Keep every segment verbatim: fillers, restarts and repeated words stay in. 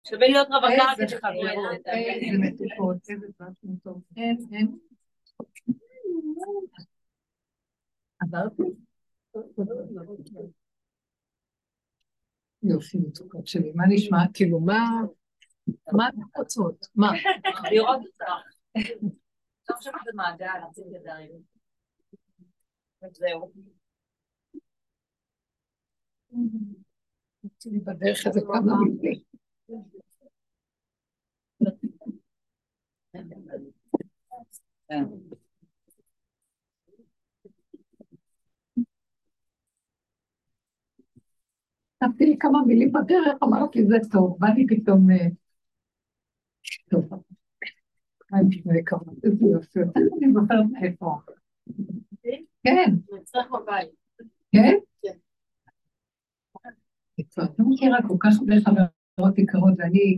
שווה להיות רווקה כדי חברות. איזה מתוקות, איזה דבש מטוב. אין, אין. עברתי? יופי מתוקות שלי, מה נשמע? כאילו, מה? מה אתם רוצות? מה? לראות אותך. טוב שם במעגל, עושים ידיים. וזהו. רציתי בדרך הזה כמה מילים. כתבתי לי כמה מילים בדרך, אמרתי זה טוב, בא לי פתאום טוב. אני כמה, איזה יופי, אני זוכרת איפה. כן. נצטרך בבית. כן? כן. אני מכירה כל כך הרבה חברות יקרות, ואני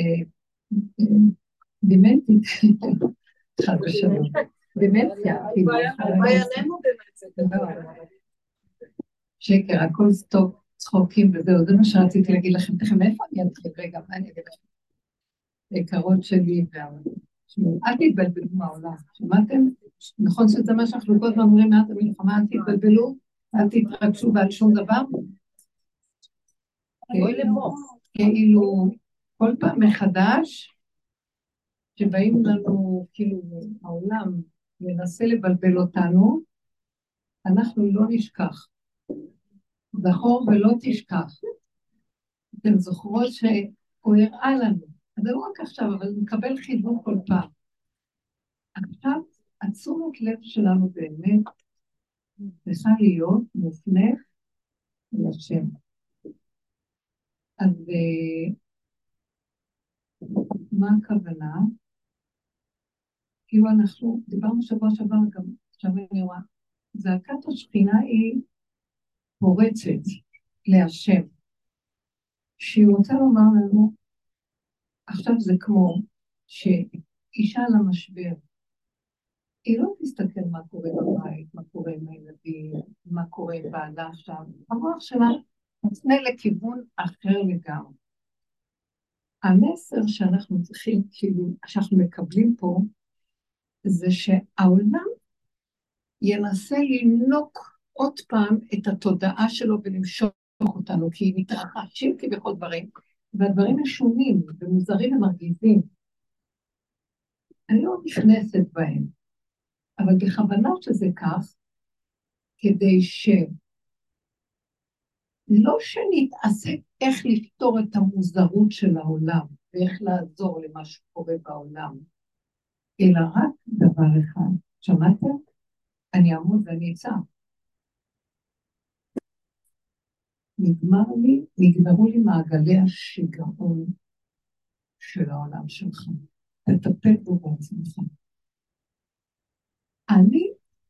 דמנטית, חד ושלום. דמנציה, כאילו. בינינו דמנציה. שקר, הכל סטופ, צחוקים וזהו, זה מה שרציתי להגיד לכם. תכף, איפה אני אתחיל? רגע, מה אני אגיד לכם? יקרות שלי, אל תתבלבלו מהעולם, שמעתם? נכון שזה מה שאנחנו כל הזמן אומרים מעט המלחמה, אל תתבלבלו, אל תתרגשו ועל שום דבר. כאילו, כל פעם מחדש, שבאים לנו, כאילו, העולם מנסה לבלבל אותנו, אנחנו לא נשכח. זכור ולא תשכח. אתם זוכרות שהוא הראה לנו, אז זה לא רק עכשיו, אבל מקבל חיזוק כל פעם. עכשיו, התשומת לב שלנו באמת צריכה להיות מופנית לשם. אז מה הכוונה? כאילו אנחנו דיברנו שבוע שעבר גם, עכשיו אני רואה, זעקת השכינה היא פורצת להשם, שהיא רוצה לומר לנו, עכשיו זה כמו שאישה על המשבר, היא לא תסתכל מה קורה בבית, מה קורה עם הילדים, מה קורה עם בעלה עכשיו, המוח שלה מופנה לכיוון אחר לגמרי. המסר שאנחנו צריכים, כאילו, שאנחנו מקבלים פה, זה שהעולם ינסה לנוק עוד פעם את התודעה שלו ולמשוך אותנו, כי היא מתרחשים כבכל דברים, והדברים משונים ומוזרים ומרגיזים. אני לא נכנסת בהם, אבל בכוונה שזה כך, כדי שלא שנתעסק איך לפתור את המוזרות של העולם, ואיך לעזור למה שקורה בעולם, אלא רק דבר אחד. שמעתם? אני אעמוד ואני אצא. נגמר לי, נגמרו לי מעגלי השיגעון של העולם שלך. תטפל בו בעצמך. אני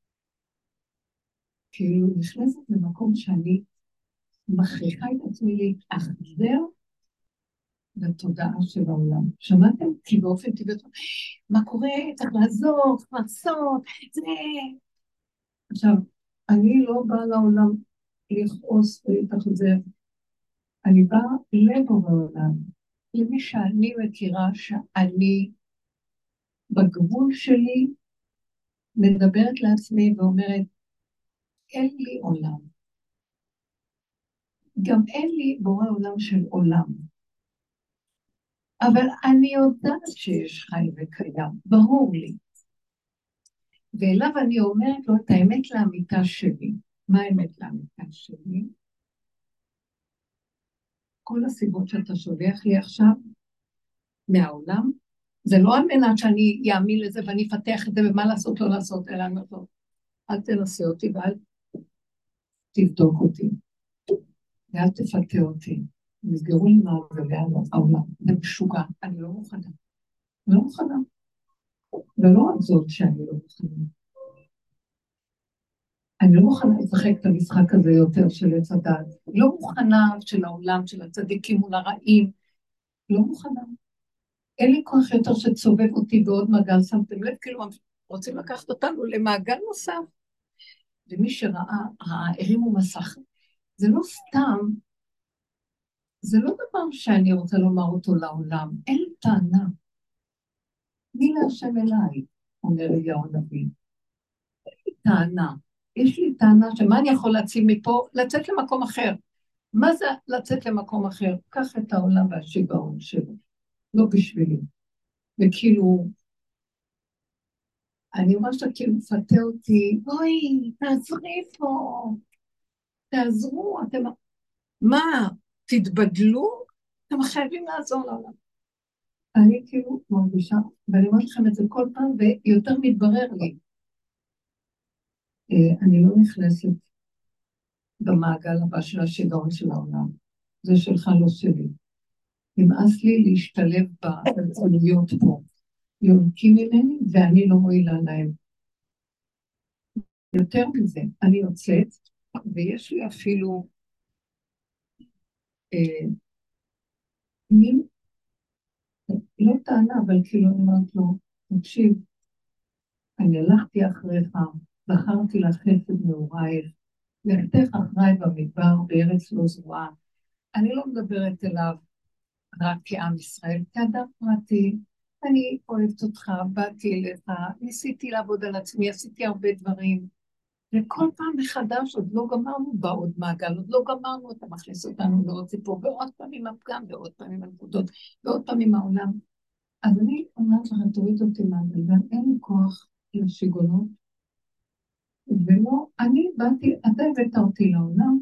כאילו נכנסת למקום שאני מכריחה את עצמי להתאחזר לתודעה של העולם. שמעתם? כי באופן טבעי, מה קורה? צריך לעזור, צריך לעשות, זה... עכשיו, אני לא באה לעולם לכעוס ולהתאכזר. אני באה לבוא בעולם, למי שאני מכירה שאני בגבול שלי מדברת לעצמי ואומרת, אין לי עולם. גם אין לי בורא עולם של עולם. אבל אני יודעת שיש חי וקיים, ברור לי. ואליו אני אומרת לו את האמת לאמיתה שלי. מה האמת לאמיתה שלי? כל הסיבות שאתה שולח לי עכשיו מהעולם, זה לא על מנת שאני יאמין לזה ואני אפתח את זה ומה לעשות לא לעשות, אלא אני אומרת, אל תנסה אותי ואל תבדוק אותי, ואל תפתה אותי. נסגרו לי מעגלי העולם, זה משוגע, אני לא מוכנה. לא מוכנה. ולא רק זאת שאני לא מוכנה. אני לא מוכנה לשחק את המשחק הזה יותר של עץ הדת. לא מוכנה של העולם, של הצדיקים מול הרעים. לא מוכנה. אין לי כוח יותר שצובב אותי בעוד מעגל. שמתם לב, כאילו רוצים לקחת אותנו למעגל נוסף. ומי שראה, הרימו מסך. זה לא סתם, זה לא דבר שאני רוצה לומר אותו לעולם, אין לי טענה. מי להשם אליי, אומר אליהו הנביא. אין לי טענה. יש לי טענה שמה אני יכול להציל מפה? לצאת למקום אחר. מה זה לצאת למקום אחר? קח את העולם והשיגעון שלו, לא בשבילי. וכאילו, אני רואה שאתה כאילו מפתה אותי, אוי, תעזרי פה, תעזרו, אתם, מה, תתבדלו? אתם חייבים לעזור לעולם. אני כאילו מרגישה, ואני אומרת לכם את זה כל פעם, ויותר מתברר לי, אה, אני לא נכנסת במעגל הבא של השיגעון של העולם, זה שלך לא שלי. נמאס לי להשתלב בצלויות פה, יונקים ממני ואני לא מועילה להם. יותר מזה, אני יוצאת, ויש לי אפילו אה, מין, לא טענה, אבל כאילו אני אומרת לו, תקשיב, אני הלכתי אחריך, בחרתי לך חסד נעורייך, לכתך אחריי במדבר בארץ לא זרועה. אני לא מדברת אליו רק כעם ישראל, כאדם פרטי, אני אוהבת אותך, באתי אליך, ניסיתי לעבוד על עצמי, עשיתי הרבה דברים, וכל פעם מחדש עוד לא גמרנו בעוד מעגל, עוד לא גמרנו, אתה מכניס אותנו לעוד סיפור, ועוד פעמים הפגם, ועוד פעמים הנקודות, ועוד פעמים העולם. אז אני אומרת לך, תוריד אותי מהגלגל, אין לי כוח לשיגונות, ולא, אני באתי, אתה הבאת אותי לעולם,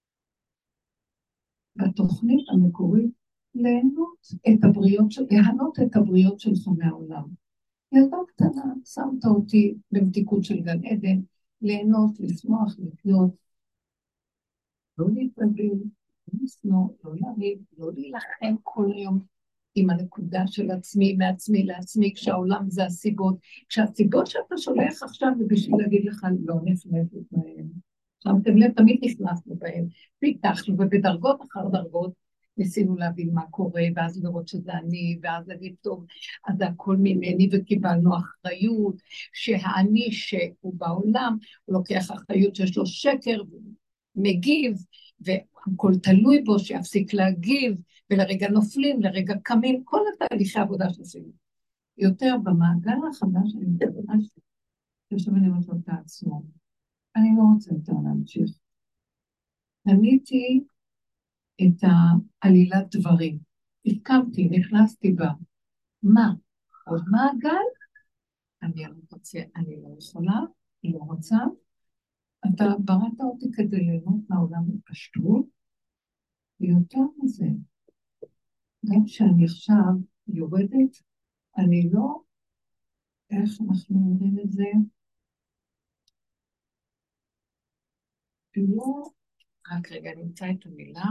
בתוכנית המקורית, ליהנות את הבריות, של, להנות את הבריות שלך מהעולם. ילדה קטנה, שמת אותי במתיקות של גן עדן, ליהנות, לשמוח, לחיות, לא להתרגל, לא לשנוא, לא להריב, לא להילחם כל יום עם הנקודה של עצמי, מעצמי לעצמי, כשהעולם זה הסיבות, כשהסיבות שאתה שולח עכשיו זה בשביל להגיד לך לא נכנסת בהם. שמתם לב, תמיד נכנסנו בהם, פיתחנו, ובדרגות אחר דרגות ניסינו להבין מה קורה, ואז לראות שזה אני, ואז להגיד טוב, אז זה הכל ממני, וקיבלנו אחריות, שהאני שהוא בעולם, הוא לוקח אחריות שיש לו שקר, מגיב, והכל תלוי בו, שיפסיק להגיב, ולרגע נופלים, לרגע קמים, כל התהליכי העבודה שעשינו. יותר במעגל החדש, אני מדברה ששם אני אומרת לו תעצמו. אני לא רוצה יותר להמשיך. קניתי את העלילת דברים. הסכמתי, נכנסתי בה. מה? עוד מעגל? אני לא רוצה, אני לא יכולה, אני לא רוצה. אתה בראת אותי כדי ליהנות מהעולם בפשטות, ויותר מזה, גם כשאני עכשיו יורדת, אני לא, איך אנחנו אומרים את זה? לא, רק רגע, נמצא את המילה.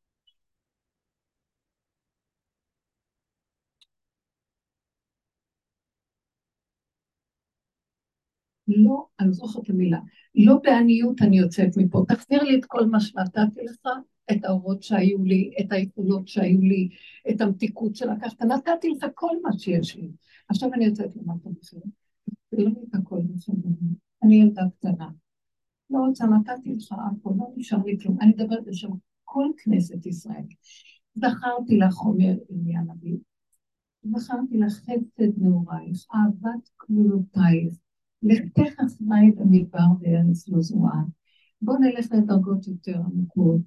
לא, אני זוכרת את המילה, לא בעניות אני יוצאת מפה, תחזיר לי את כל מה שנתתי לך, את האורות שהיו לי, את היכולות שהיו לי, את המתיקות שלקחת, נתתי לך כל מה שיש לי. עכשיו אני יוצאת למטה בכלל, תחזיר לי את הכל מחדש, אני ילדה קטנה, לא רוצה, נתתי לך הכל, לא נשאר לי כלום, אני מדברת בשם כל כנסת ישראל. זכרתי לך, אומר אליהו הנביא, זכרתי לך חסד נעורייך, אהבת כלולותייך, לכתך אחריי במדבר בארץ לא זרועה. בואו נלך לדרגות יותר עמוקות.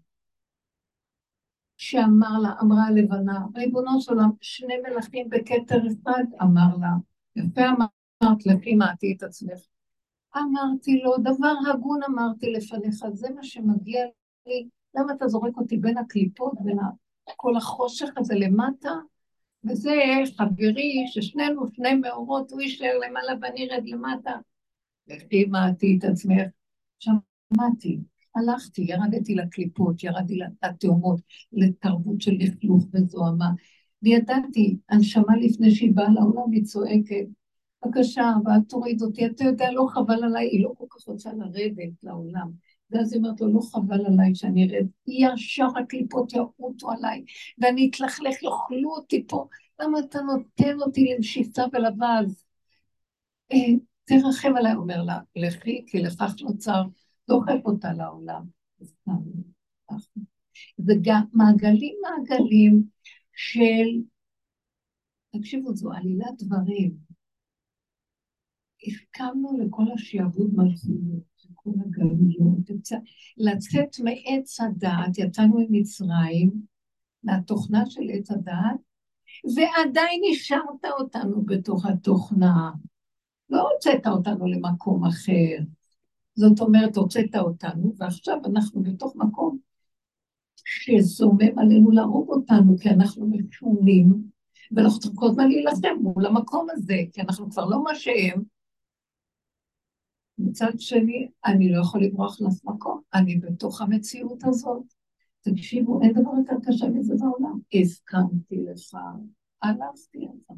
שאמר לה, אמרה הלבנה, ריבונו של עולם, שני מלכים בכתר אחד, אמר לה, יפה אמרת, לפי מעטי את עצמך. אמרתי לו, דבר הגון אמרתי לפניך, זה מה שמגיע לי, למה אתה זורק אותי בין הקליפות, בין כל החושך הזה למטה? וזה חברי, ששנינו שני מאורות, הוא יישאר למעלה ואני ארד למטה. לפי מעטי את עצמך, שמעתי, הלכתי, ירדתי לקליפות, ירדתי לתאומות, לתרבות של לכלוך וזוהמה, וידעתי, הנשמה לפני שהיא באה לעולם, היא צועקת, בבקשה, ואת תוריד אותי, אתה יודע, לא חבל עליי, היא לא כל כך רוצה לרדת לעולם. ואז היא אומרת לו, לא חבל עליי שאני ארד, ישר הקליפות יעוטו עליי, ואני אתלכלך, יאכלו אותי פה, למה אתה נותן אותי למשיסה ולבז? אה, תרחם עליי, אומר לה, לכי, כי לכך נוצר, דוחף אותה לעולם. זה גם מעגלים מעגלים של, תקשיבו, זו עלילת דברים. הסכמנו לכל השיעבוד מלכויות, לכל הגלויות, לצאת מעץ הדעת, יצאנו ממצרים, מהתוכנה של עץ הדעת, ועדיין נשארת אותנו בתוך התוכנה. לא הוצאת אותנו למקום אחר. זאת אומרת, הוצאת אותנו, ועכשיו אנחנו בתוך מקום שזומם עלינו להרוג אותנו, כי אנחנו משונים, ואנחנו צריכים כל הזמן להילחם מול המקום הזה, כי אנחנו כבר לא מה שהם. מצד שני, אני לא יכול לברוח לאף מקום, אני בתוך המציאות הזאת. תקשיבו, אין דבר יותר קשה מזה בעולם. הסכמתי לך, הלכתי לך.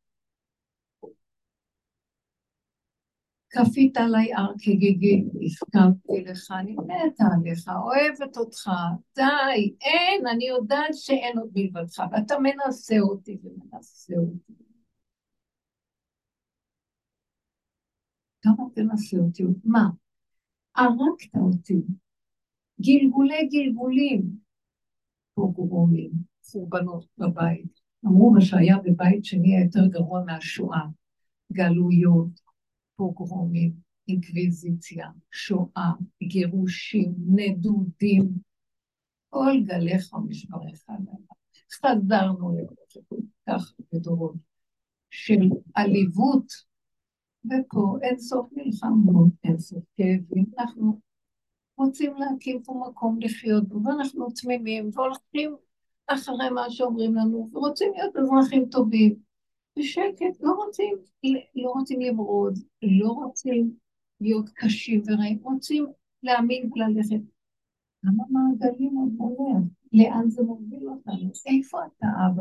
כפית עליי הר כגיגי, הסכמתי לך, אני מתה עליך, אוהבת אותך, די, אין, אני יודעת שאין עוד מלבדך, ואתה מנסה אותי ומנסה אותי. כמה תנסה אותי? מה? ערקת אותי, גלגולי גלגולים, פוגרומים, חורבנות בבית. אמרו מה שהיה בבית שני יותר גרוע מהשואה, גלויות, פוגרומים, אינקוויזיציה, שואה, גירושים, נדודים, כל גליך ומשבריך עליך. חזרנו לכל כך בדורות של עליבות, ופה אין סוף מלחמות, אין סוף כאבים, אנחנו רוצים להקים פה מקום לחיות בו, ואנחנו תמימים והולכים אחרי מה שאומרים לנו, ורוצים להיות אזרחים טובים, בשקט, לא רוצים, לא רוצים למרוד, לא רוצים להיות קשים ורעים, רוצים להאמין וללכת. כמה מעגלים עוד מולך? לאן זה מוביל אותנו? איפה אתה, אבא?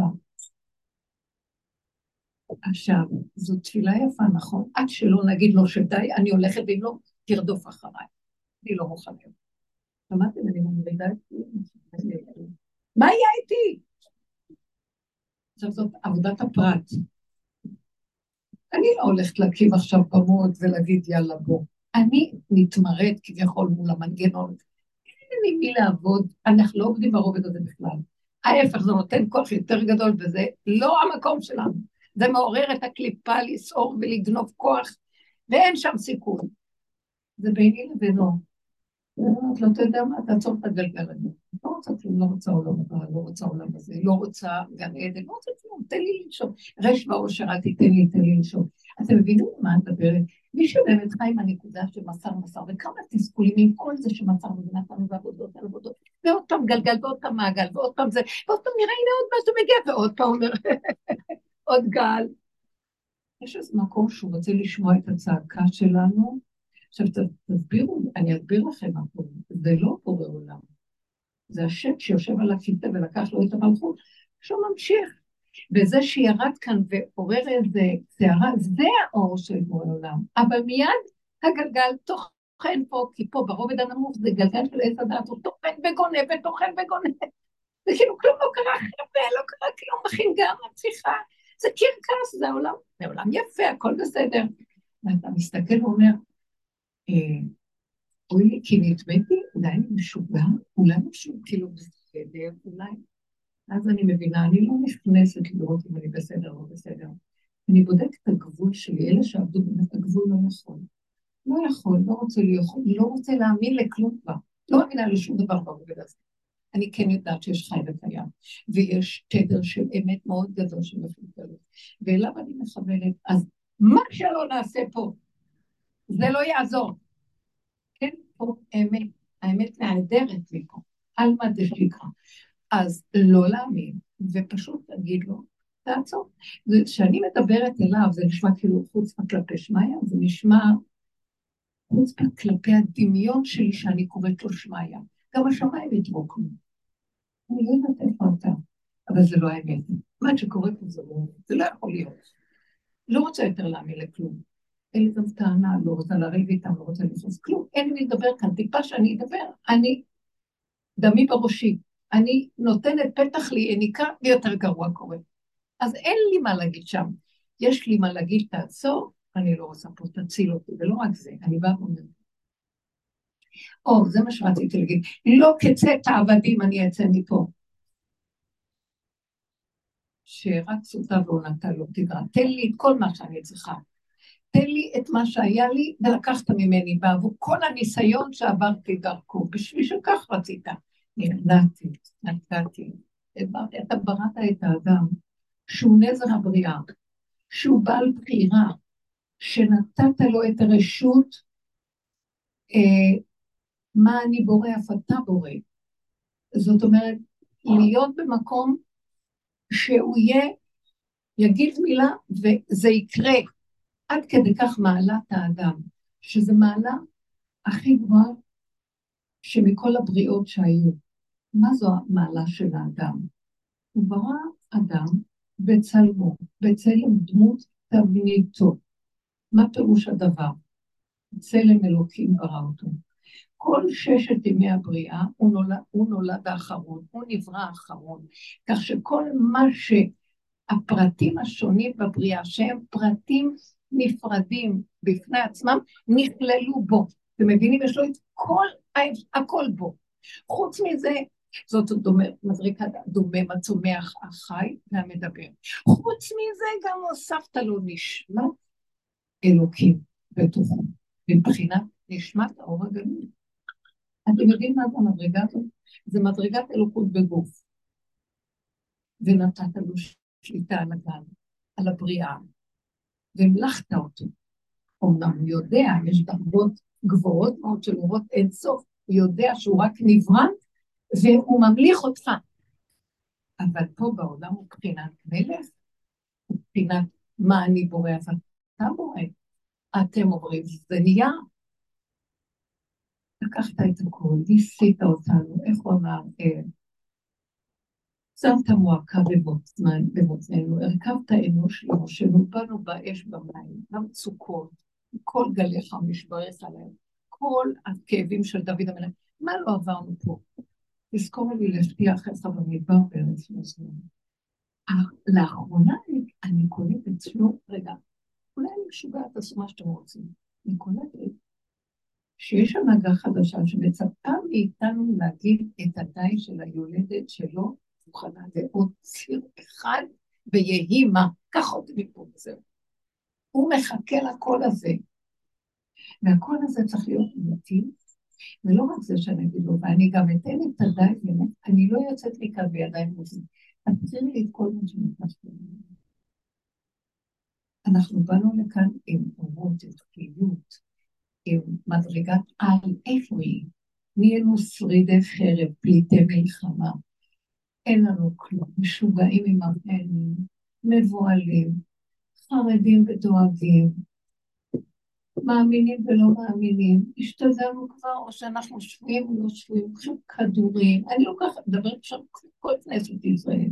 עכשיו, זו תפילה יפה, נכון? עד שלא נגיד לו שדי, אני הולכת ואם לא, תרדוף אחריי. אני לא מוכנה. שמעתם, אני מורידה את זה. מה יהיה איתי? עכשיו, זאת עבודת הפרט. אני לא הולכת להקים עכשיו במות ולהגיד יאללה בוא. אני מתמרד כביכול מול המנגנון. אין לי מי לעבוד, אנחנו לא עובדים ברובד הזה בכלל. ההפך, זה נותן כוח יותר גדול וזה לא המקום שלנו. זה מעורר את הקליפה לסעור ולגנוב כוח, ואין שם סיכון. זה ביני לבינו. לא אתה יודע מה, תעצור את הגלגל הזה. לא רוצה כלום, לא רוצה עולם הבא, לא רוצה עולם הזה, לא רוצה גן עדן, לא רוצה כלום, תן לי לנשום. רש באושר, אל תיתן לי, תן לי לנשום. אתם מבינים מה את מדברת? מי שבאמת חי עם הנקודה של מסר מסר, וכמה תסכולים עם כל זה שמסרנו ונתנו בעבודות על עבודות, ועוד פעם גלגל, ועוד פעם מעגל, ועוד פעם זה, ועוד פעם נראה, הנה עוד משהו מגיע, ועוד פעם אומר, עוד גל. יש איזה מקום שהוא רוצה לשמוע את הצעקה שלנו. עכשיו תסבירו, אני אסביר לכם מה קורה, זה לא בורא עולם, זה השם שיושב על הכיסא ולקח לו את המלכות, שהוא ממשיך, וזה שירד כאן ועורר איזה שערה, זה האור של בורא עולם, אבל מיד הגלגל תוכן פה, כי פה ברובד הנמוך זה גלגל של עץ הדעת, הוא תוכן וגונב ותוכן וגונב, זה כאילו כלום לא קרה חרבה, לא קרה כלום, בחינגה מצליחה, זה קרקס, זה העולם, זה עולם יפה, הכל בסדר, ואתה מסתכל ואומר, אוי לי, כי נתמדתי, אולי אני משוגע, אולי משהו כאילו בסדר, אולי. אז אני מבינה, אני לא נכנסת לראות אם אני בסדר או בסדר. אני בודקת את הגבול שלי, אלה שעבדו באמת הגבול לא יכול. לא יכול, לא רוצה להיות, לא רוצה להאמין לכלום כבר. לא מאמינה לשום דבר בעובד הזה. אני כן יודעת שיש חי וקיים, ויש תדר של אמת מאוד גדול שמפלגלות. ואליו אני מכוונת, אז מה שלא נעשה פה, זה לא יעזור. כן, פה אמת, האמת נהדרת לי פה, על מה דשיקה. אז לא להאמין, ופשוט להגיד לו, תעצור. כשאני מדברת אליו, זה נשמע כאילו חוץ כלפי שמיה, זה נשמע חוץ כלפי הדמיון שלי שאני קוראת לו שמיה. גם השמיים יתרוקנו. אני לא יודעת איפה אתה, אבל זה לא האמת. מה שקורה פה זה לא, זה לא יכול להיות. לא רוצה יותר להאמין לכלום. אין לי גם טענה, לא רוצה לריב איתם, לא רוצה לפעוס כלום, אין לי לדבר כאן, טיפה שאני אדבר, אני דמי בראשי, אני נותנת פתח לי יניקה, ויותר גרוע קורה. אז אין לי מה להגיד שם, יש לי מה להגיד, תעצור, אני לא רוצה פה, תציל אותי, ולא רק זה, אני באה ואומרת, או, זה מה שרציתי להגיד, לא כצאת העבדים אני אצא מפה. שרק סוטה ועונתה לא תגרע, תן לי את כל מה שאני צריכה, תן לי את מה שהיה לי ולקחת ממני בעבור כל הניסיון שעברתי דרכו, בשביל שכך רצית. נרדעתי, נתתי, אתה בראת את האדם, שהוא נזר הבריאה, שהוא בעל בחירה, שנתת לו את הרשות, אה, מה אני בורא, אף אתה בורא. זאת אומרת, להיות במקום שהוא יהיה, יגיד מילה וזה יקרה, עד כדי כך מעלת האדם, שזה מעלה הכי גבוהה שמכל הבריאות שהיו. מה זו המעלה של האדם? הוא ברא אדם בצלמו, בצלם דמות תבניתו. מה פירוש הדבר? צלם אלוקים ברא אותו. כל ששת ימי הבריאה הוא נולד, הוא נולד האחרון, הוא נברא האחרון, כך שכל מה שהפרטים השונים בבריאה, שהם פרטים נפרדים בפני עצמם, נכללו בו. אתם מבינים? יש לו את כל, הכל בו. חוץ מזה, זאת דומה, מזריקה דומם הצומח החי והמדבר. חוץ מזה גם הוספת לו נשמת אלוקים בתוכו, מבחינת נשמת האור הגנוז. אתם יודעים מה זה המדרגה הזאת? זה מדרגת אלוקות בגוף. ונתת לו שליטה על הגן, על הבריאה, והמלכת אותו. אומנם הוא יודע, יש דרגות גבוהות מאוד של אורות אין סוף, הוא יודע שהוא רק נברא, והוא ממליך אותך. אבל פה בעולם הוא בחינת מלך, הוא בחינת מה אני בורא, אבל אתה בורא. אתם אומרים, זה נהיה. לקחת את הכל, ניסית אותנו, איך הוא אמר, שמת מועקה במותנינו, הרכבת אנוש לאנושנו, באנו באש במים, במצוקות, כל גליך משברך עליהם, כל הכאבים של דוד המלך, מה לא עברנו פה? תזכור לי להשפיח לך במדבר בארץ מזמון. לאחרונה אני קולטת אצלו, רגע, אולי אני משוגעת, תעשו מה שאתם רוצים, אני קולטת, שיש הנהגה חדשה שמצפה מאיתנו להגיד את הדי של היולדת שלו, מוכנה לעוד ציר אחד ויהי מה, כך עוד מפה וזהו. הוא מחכה לקול הזה, והקול הזה צריך להיות אמיתי, ולא רק זה שאני אגיד לו, ואני גם אתן את הדי, אני לא יוצאת מכאן בידיים מוזים, תחזירי לי את כל מה שנכנס לנו. אנחנו באנו לכאן עם אורות, את חיות, עם מדרגת על, איפה היא? נהיינו שרידי חרב, פליטי מלחמה. אין לנו כלום, משוגעים עם ארמנים, מבועלים, חרדים ודואגים, מאמינים ולא מאמינים, השתגענו כבר, או שאנחנו שפויים ולא שפויים, פשוט כדורים, אני לוקחת, מדברת עכשיו כל כנסת ישראל.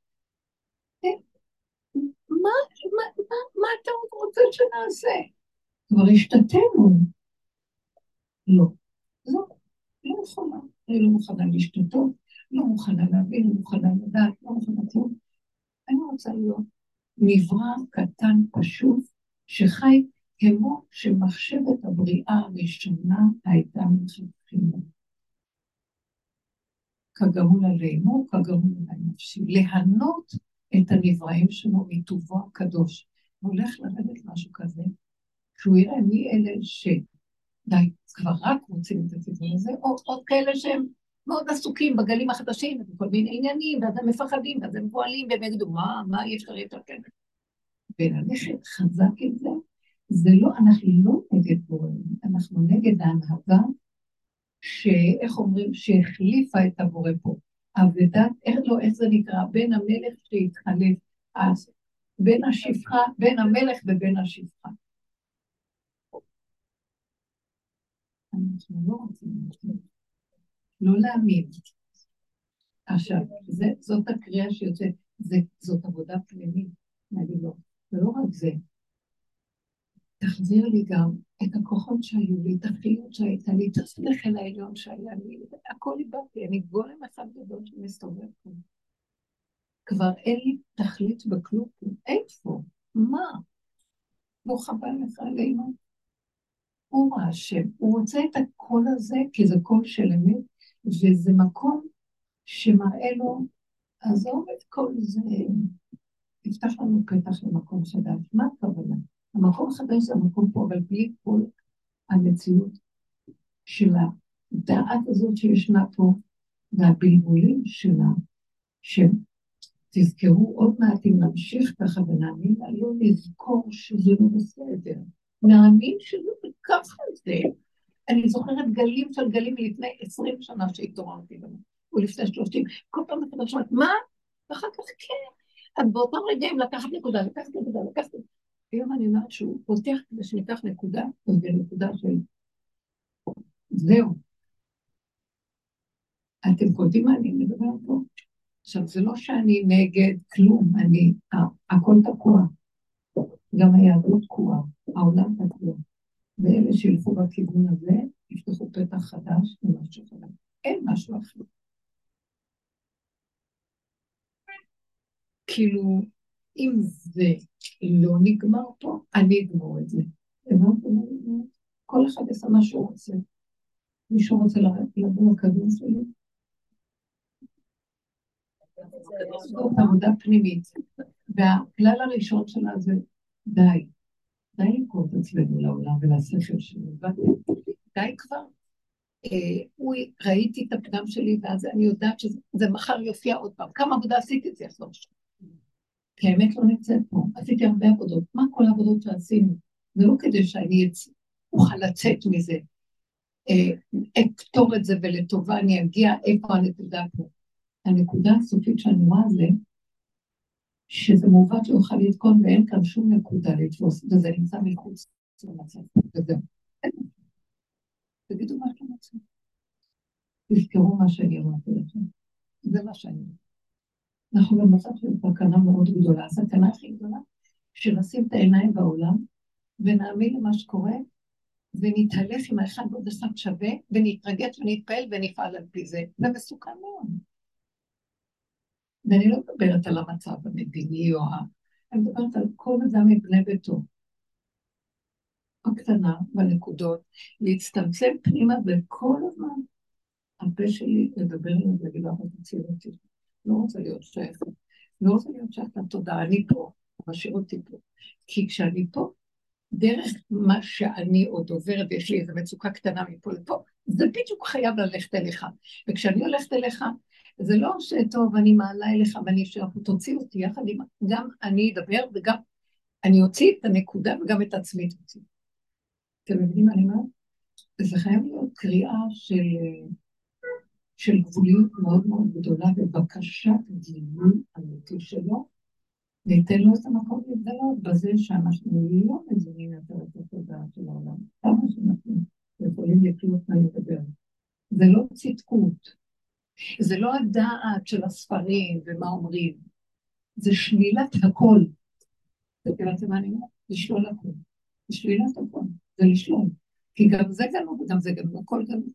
מה, מה, מה, מה אתה רוצה שנעשה? כבר השתתנו. לא, לא, לא מוכנה, אני לא מוכנה להשתתות, לא מוכנה להבין, לא מוכנה לדעת, לא מוכנה כלום. אני רוצה להיות נברא קטן פשוט, שחי כמו שמחשבת הבריאה הראשונה הייתה מלכתחילה. כגמול עלינו, כגמול עלי נפשי, להנות את הנבראים שלו מטובו הקדוש. הוא הולך לרדת משהו כזה, שהוא יראה מי אלה שדי, כבר רק רוצים את הכיוון הזה, או עוד כאלה שהם מאוד עסוקים בגלים החדשים, וכל מיני עניינים, ואז הם מפחדים, ואז הם פועלים, והם יגידו, מה, מה יש לך יותר כן? וללכת חזק עם זה, זה לא, אנחנו לא נגד בוראים, אנחנו נגד ההנהגה, שאיך אומרים, שהחליפה את הבורא פה. עבדת, איך לא, איך זה נקרא, בין המלך שהתחלף, אז בין השפחה, בין המלך ובין השפחה. אנחנו לא רוצים להגיד, לא להאמין. עכשיו, זה, זאת הקריאה שיוצאת, זה, זאת עבודה פנימית, נגיד לו, ולא רק זה, תחזיר לי גם את הכוחות שהיו לי, את החיות שהייתה לי, את השכל העליון שהיה לי, הכל איבדתי, אני גולם אחד גדול שמסתובב פה. כבר אין לי תכלית בכלום, איפה? מה? לא חבל לך עלינו? הוא השם, הוא רוצה את הקול הזה, כי זה קול של אמת, וזה מקום שמראה לו, עזוב את כל זה, יפתח לנו פתח למקום חדש. מה הכוונה? המקום החדש זה המקום פה, אבל בלי כל המציאות של הדעת הזאת שישנה פה, והבלבולים שלה, שתזכרו עוד מעט אם נמשיך ככה ונאמין, לא נזכור שזה לא בסדר. נאמין שזה ככה זה. אני זוכרת גלים של גלים לפני עשרים שנה שהתעוררתי בנו, או לפני שלושים, כל פעם מחדש אומרת, מה? ואחר כך כן. אז באותם רגעים לקחת נקודה, לקחת נקודה, לקחת נקודה. היום אני אומרת שהוא פותח כדי שניקח נקודה, ונקודה של זהו. אתם קולטים מה אני מדבר פה? עכשיו, זה לא שאני נגד כלום, אני, הכל תקוע. גם היהדות תקועה, העולם תקוע. ואלה שילכו בכיוון הזה, יפתחו פתח חדש ומשהו חדש. אין משהו אחר. כאילו, אם זה לא נגמר פה, אני אגמור את זה. כל אחד עשה מה שהוא רוצה. מישהו רוצה לבוא לכדור שלי? זאת עבודה פנימית. והכלל הראשון שלה זה די. די לקרוא את עצמנו לעולם ולשכל שלנו. די כבר. ראיתי את הפגם שלי, ואז אני יודעת שזה מחר יופיע עוד פעם. כמה עבודה עשיתי את זה יחזור שם. כי האמת לא נמצאת פה. עשיתי הרבה עבודות. מה כל העבודות שעשינו? זה לא כדי שאני אוכל לצאת מזה. אפתור את זה ולטובה אני אגיע איפה הנקודה פה. הנקודה הסופית שאני רואה זה, שזה מעוות לא יוכל להתקון ואין כאן שום נקודה לתפוס, וזה נמצא מחוץ למצב. וזהו. תגידו מה שאתם רוצים. תזכרו מה שאני אמרתי לכם. זה מה שאני אמרתי. אנחנו במצב של סכנה מאוד גדולה. הסכנה הכי גדולה, שנשים את העיניים בעולם, ונאמין למה שקורה, ונתהלך עם האחד ועוד אחד שווה, ונתרגש ונתפעל ונפעל על פי זה. זה מסוכן מאוד. ואני לא מדברת על המצב המדיני או ה... אני מדברת על כל אדם מבני ביתו. הקטנה בנקודות, להצטמצם פנימה וכל הזמן. הפה שלי לדבר עליו ולהגיד, אבל תציל אותי. לא רוצה להיות שייכת. לא רוצה להיות שייכת לתודעה, אני פה, משאיר אותי פה. כי כשאני פה, דרך מה שאני עוד עוברת, ויש לי איזו מצוקה קטנה מפה לפה, זה בדיוק חייב ללכת אליך. וכשאני הולכת אליך, זה לא שטוב, אני מעלה אליך ואני אשאר, תוציא אותי יחד עם... גם אני אדבר וגם אני אוציא את הנקודה וגם את עצמי תוציא. אתם מבינים מה אני אומרת? זה חייב להיות קריאה של, של גבוליות מאוד מאוד גדולה, ובקשת גבול אמיתי שלו, ניתן לו את המקום להתגלות בזה שאנחנו לא מזינים יותר את התודעה של העולם. כמה שאנחנו יכולים לקלוט מה לדבר. זה לא צדקות. זה לא הדעת של הספרים ומה אומרים. זה שלילת הכל. זה כאילו מה אני אומרת? לשלול הכל. זה שלילת הכל. זה לשלול. כי גם זה גנוב וגם זה גנוב. הכל גנוב.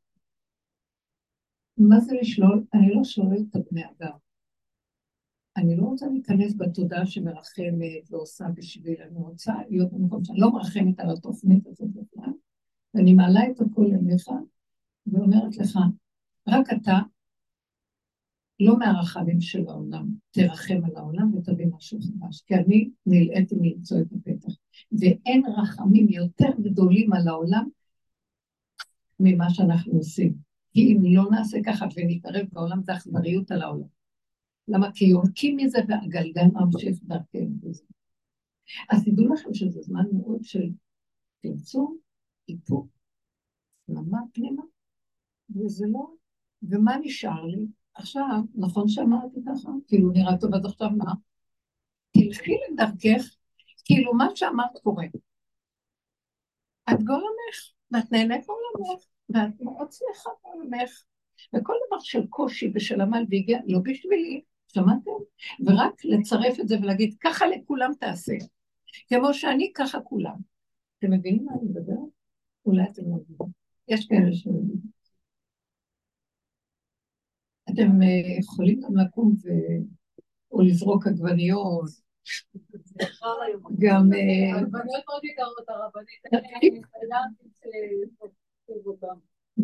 מה זה לשלול? אני לא שוללת את הבני אדם. אני לא רוצה להיכנס בתודעה שמרחמת ועושה בשביל, אני רוצה להיות במקום שאני לא מרחמת על התוכנית הזאת בכלל, ואני מעלה את הכל אליך, ואומרת לך, רק אתה, לא מהרחמים של העולם, תרחם על העולם ותביא משהו חדש, כי אני נלאיתי למצוא את הפתח, ואין רחמים יותר גדולים על העולם, ממה שאנחנו עושים. כי אם לא נעשה ככה ונתערב בעולם, זה אכזריות על העולם. למה? כי יורקים מזה והגלגל ממשיך דרכנו בזה. אז תדעו לכם שזה זמן מאוד של צמצום, איפוק, למה פנימה, וזה לא, ומה נשאר לי? עכשיו, נכון שאמרתי ככה, כאילו נראה טוב עד עכשיו מה? תלכי לדרכך, כאילו מה שאמרת קורה. את גולמך, ואת נהנית גולמך, ואת מאוד שמחה גולמך, וכל דבר של קושי ושל עמל והגיע, לא בשבילי, שמעתם? ורק לצרף את זה ולהגיד, ככה לכולם תעשה. כמו שאני, ככה כולם. אתם מבינים מה אני מדבר? אולי אתם לא מבינים. יש כאלה שמבינים. אתם יכולים גם לקום ו... או לזרוק עגבניות. גם... הרבניות מאוד יקרות, הרבנית. אני חייבתי שתקשיב אותם.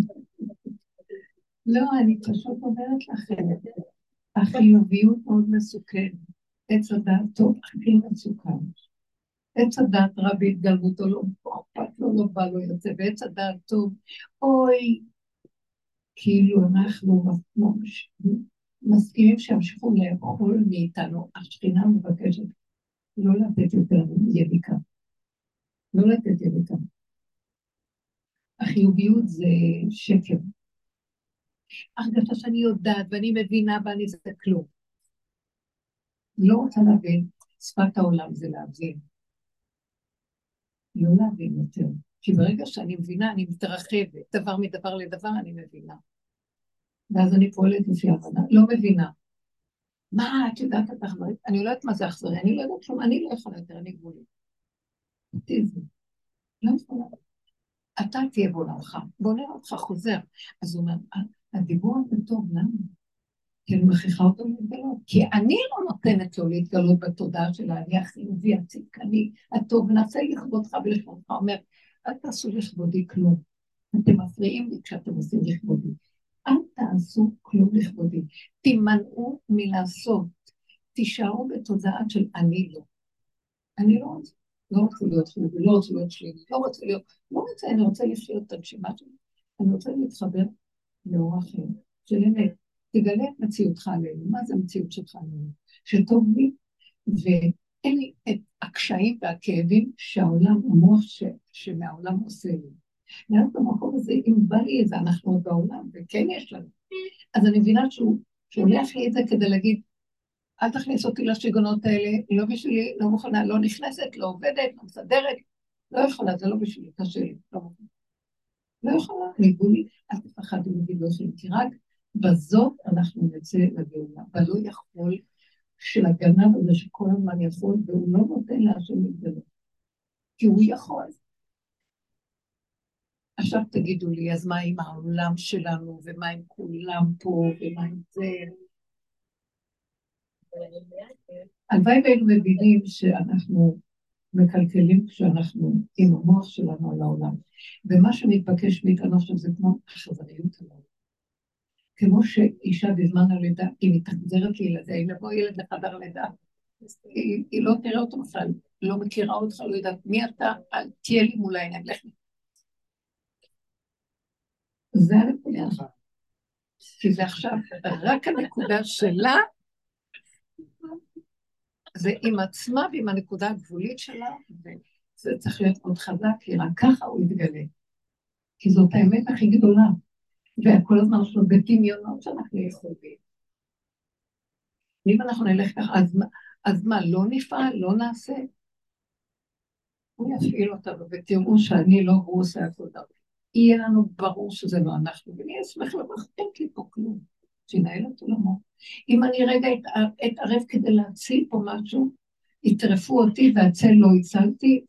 לא, אני פשוט אומרת לכם, החיוביות מאוד מסוכנת. עץ הדעת טוב הכי מסוכן. עץ הדעת רב התגלמותו לא אכפת לו, לא בא לו יוצא, ועץ הדעת טוב, אוי, כאילו אנחנו ממש מסכימים שימשיכו לאכול מאיתנו, השכינה מבקשת לא לתת יותר ידיקה, לא לתת ידיקה. החיוביות זה שקר. הרגשה שאני יודעת ואני מבינה ואני זה כלום. לא רוצה להבין, שפת העולם זה להבין. לא להבין יותר. כי ברגע שאני מבינה, אני מתרחבת. דבר מדבר לדבר אני מבינה. ואז אני פועלת לפי הבנה. לא מבינה. מה, את יודעת את אכזרית? אני לא יודעת מה זה אכזרי. אני לא יודעת כלום. אני לא יכולה יותר, אני גבולית. אותיזם. לא יכולה. אתה תהיה בעולמך. בוא נראה אותך חוזר. אז הוא אומר, הדיבור הזה טוב, למה? כי אני מכריחה אותו להתגלות. כי אני לא נותנת לו להתגלות בתודעה שלה, אני החיובי, הצדקני, הטוב, ונעשה לכבודך ולכבודך. אומר, אל תעשו לכבודי כלום. אתם מפריעים לי כשאתם עושים לכבודי. אל תעשו כלום לכבודי. תימנעו מלעשות. תישארו בתודעה של אני לא. אני לא רוצה. לא רוצה להיות חיובי, לא רוצה להיות שלילי, לא רוצה להיות, לא רוצה, אני רוצה לחיות את הנשימה שלי. אני רוצה להתחבר לאור אחר, של אמת. תגלה את מציאותך עלינו. מה זה המציאות שלך עלינו? שטוב לי, ואין לי את הקשיים והכאבים שהעולם, המוח ש... שמהעולם עושה לי. ואז במקום הזה, אם בא לי את זה, אנחנו עוד בעולם, וכן יש לנו. אז אני מבינה שהוא שולח לי את זה כדי להגיד, אל תכניס אותי לשיגונות האלה, לא בשבילי, לא מוכנה, לא נכנסת, לא עובדת, לא מסדרת, לא יכולה, זה לא בשבילי, קשה לי, לא מוכנה. לא יכולה, אני גבולית, אל תפחד ומגיד לא יכולים, כי רק בזאת אנחנו נצא לגאולה, ולא יכול של הגנב הזה שכל הזמן יכול, והוא לא נותן להשם להתגלות, כי הוא יכול. עכשיו תגידו לי, אז מה עם העולם שלנו, ומה עם כולם פה, ומה עם זה? הלוואי והיינו מבינים שאנחנו מקלקלים כשאנחנו עם המוח שלנו על העולם, ומה שמתבקש מאיתנו עכשיו זה כמו החזריות עליו. כמו שאישה בזמן הלידה, היא מתחזרת לילדה, היא לבוא ילד לחדר לידה, היא, היא לא תראה אותו בכלל, לא מכירה אותך, לא יודעת מי אתה, אל תהיה לי מול העיניים, לך לי. זה הנקודה, כי זה עכשיו רק הנקודה שלה, זה עם עצמה ועם הנקודה הגבולית שלה, וזה צריך להיות מאוד חזק, כי רק ככה הוא יתגלה. כי זאת האמת הכי גדולה, וכל הזמן יש לנו בדמיונות שאנחנו יכולים. אם אנחנו נלך ככה, אז, אז מה, לא נפעל, לא נעשה? הוא יפעיל אותנו, ותראו שאני לא, הוא עושה הכל דבר. יהיה לנו ברור שזה לא אנחנו, ואני אשמח לבחתת לי פה כלום, שינהל את עולמו. אם אני רגע אתערב כדי להציל פה משהו, יטרפו אותי והצל לא הצלתי,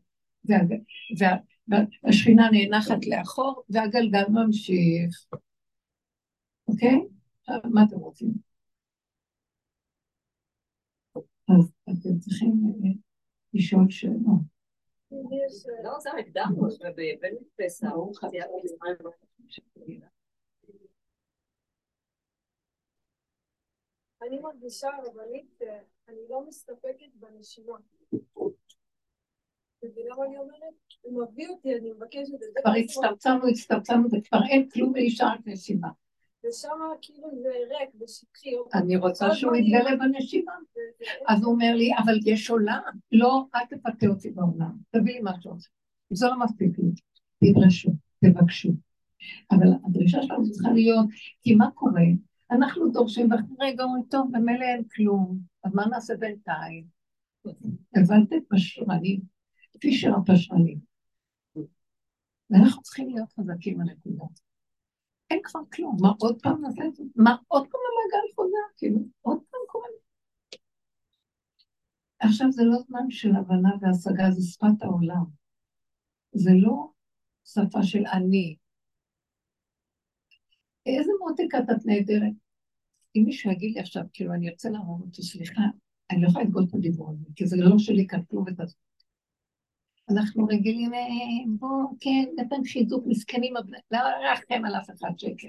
והשכינה נאנחת לאחור, והגלגל ממשיך. אוקיי? עכשיו, מה אתם רוצים? אז אתם צריכים לשאול שאלות. לא, זה הקדמנו, ובן פסח, אני מרגישה רבנית, אני לא מסתפקת בנשימה. ולמה אני אומרת? הוא מביא אותי, אני מבקשת את זה. כבר הצטמצמנו, הצטמצמנו, וכבר אין כלום ואישה רק נשימה. ושם כאילו זה ריק ושטחי. אני רוצה שהוא יתגלה בנשימה. אז הוא אומר לי, אבל יש עולם. לא, אל תפתה אותי בעולם. תביא לי משהו. זה לא מספיק לי. תדרשו, תבקשו. אבל הדרישה שלנו צריכה להיות, כי מה קורה? אנחנו דורשים, רגע, אומרים, טוב, במילא אין כלום. אז מה נעשה בינתיים? הבנתם פשרנים, פישר הפשרנים. ואנחנו צריכים להיות חזקים בנקודה. אין כבר כלום, מה עוד פעם נעשה את זה? מה עוד פעם המעגל חוזר? כאילו, עוד פעם קורה. עכשיו זה לא זמן של הבנה והשגה, זה שפת העולם. זה לא שפה של אני. איזה מותקת את נהדרת? אם מישהו יגיד לי עכשיו, כאילו אני ארצה להרוג אותו, סליחה, אני לא יכולה לגבות את הדיבור הזה, כי זה לא שלי כתוב את זה. אנחנו רגילים, בוא, כן, נתן חיזוק מסכנים, לא רחם על אף אחד שקל.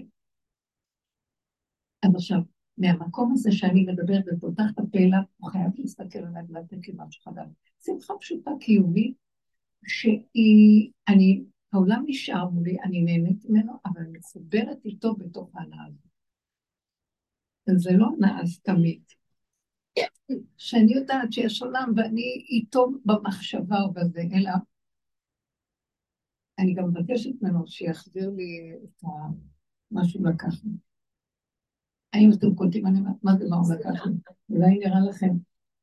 אז עכשיו, מהמקום הזה שאני מדברת ופותח את הפעילה, הוא חייב להסתכל עליי ולתת לי משהו חדש. שמחה פשוטה קיומית, שהיא, אני, העולם נשאר מולי, אני נהנית ממנו, אבל אני מסוברת איתו בתוך העלה הזאת. וזה לא נעז תמיד. שאני יודעת שיש עולם ואני איתו במחשבה ובזה, אלא אני גם מבקשת ממנו שיחזיר לי את מה שהוא לקח לי. האם אתם קולטים, אני אומרת, מה זה מה הוא לקח לי? אולי נראה לכם.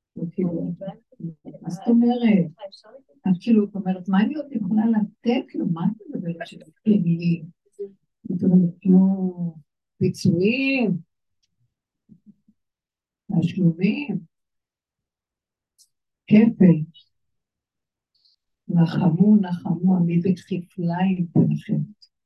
מה זאת אומרת? אז כאילו, את אומרת, מה אני עוד יכולה לתת לו? מה את מדברת שלי? לי? את אומרת, כמו פיצויים, השלומים, כפל. נחמו, נחמו, עמי בכפליים פניכם.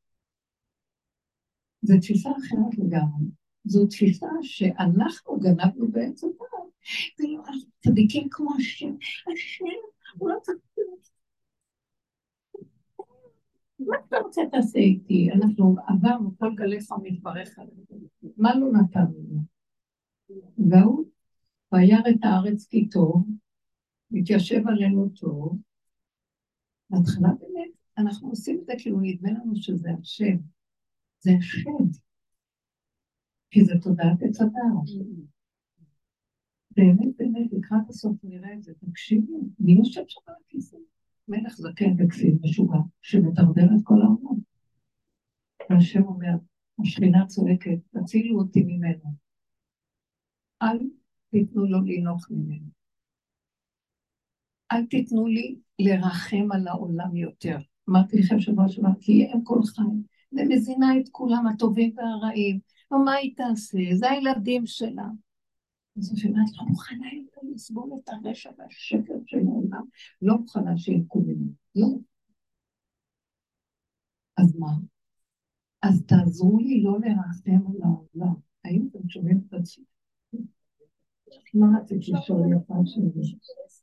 זו תפיסה אחרת לגמרי. זו תפיסה שאנחנו גנבנו בעצם פעם. ולא, צדיקים כמו השם. השם, הוא לא צריך... מה אתה רוצה תעשה איתי? אנחנו עברנו כל גליך מתברך עלינו. מה לא נתנו? והוא וירא את הארץ כי טוב, מתיישב עלינו טוב. בהתחלה באמת, אנחנו עושים את זה כאילו נדמה לנו שזה השם. זה השם. כי זה תודעת עץ הדעת. באמת, באמת, לקראת הסוף נראה את זה. תקשיבו, מי יושב שם על הכיסא? מלך זקן וכסיל משוגע, שמתרדם את כל העולם. והשם אומר, השכינה צועקת, תצילו אותי ממנו. אל תיתנו לו לנוח ממנו. אל תיתנו לי לרחם על העולם יותר. אמרתי לכם שבוע שבוע, כי הם כל חיים, ומזינה את כולם הטובים והרעים, ומה היא תעשה? זה הילדים שלה. אז השאלה, לא מוכנה יותר לסבול את הרשע והשקר של העולם, לא מוכנה שילכו ממנו, לא. אז מה? אז תעזרו לי לא לרחם על העולם. האם אתם שומעים את עצמם? מה רצית לשאול יפה שלי?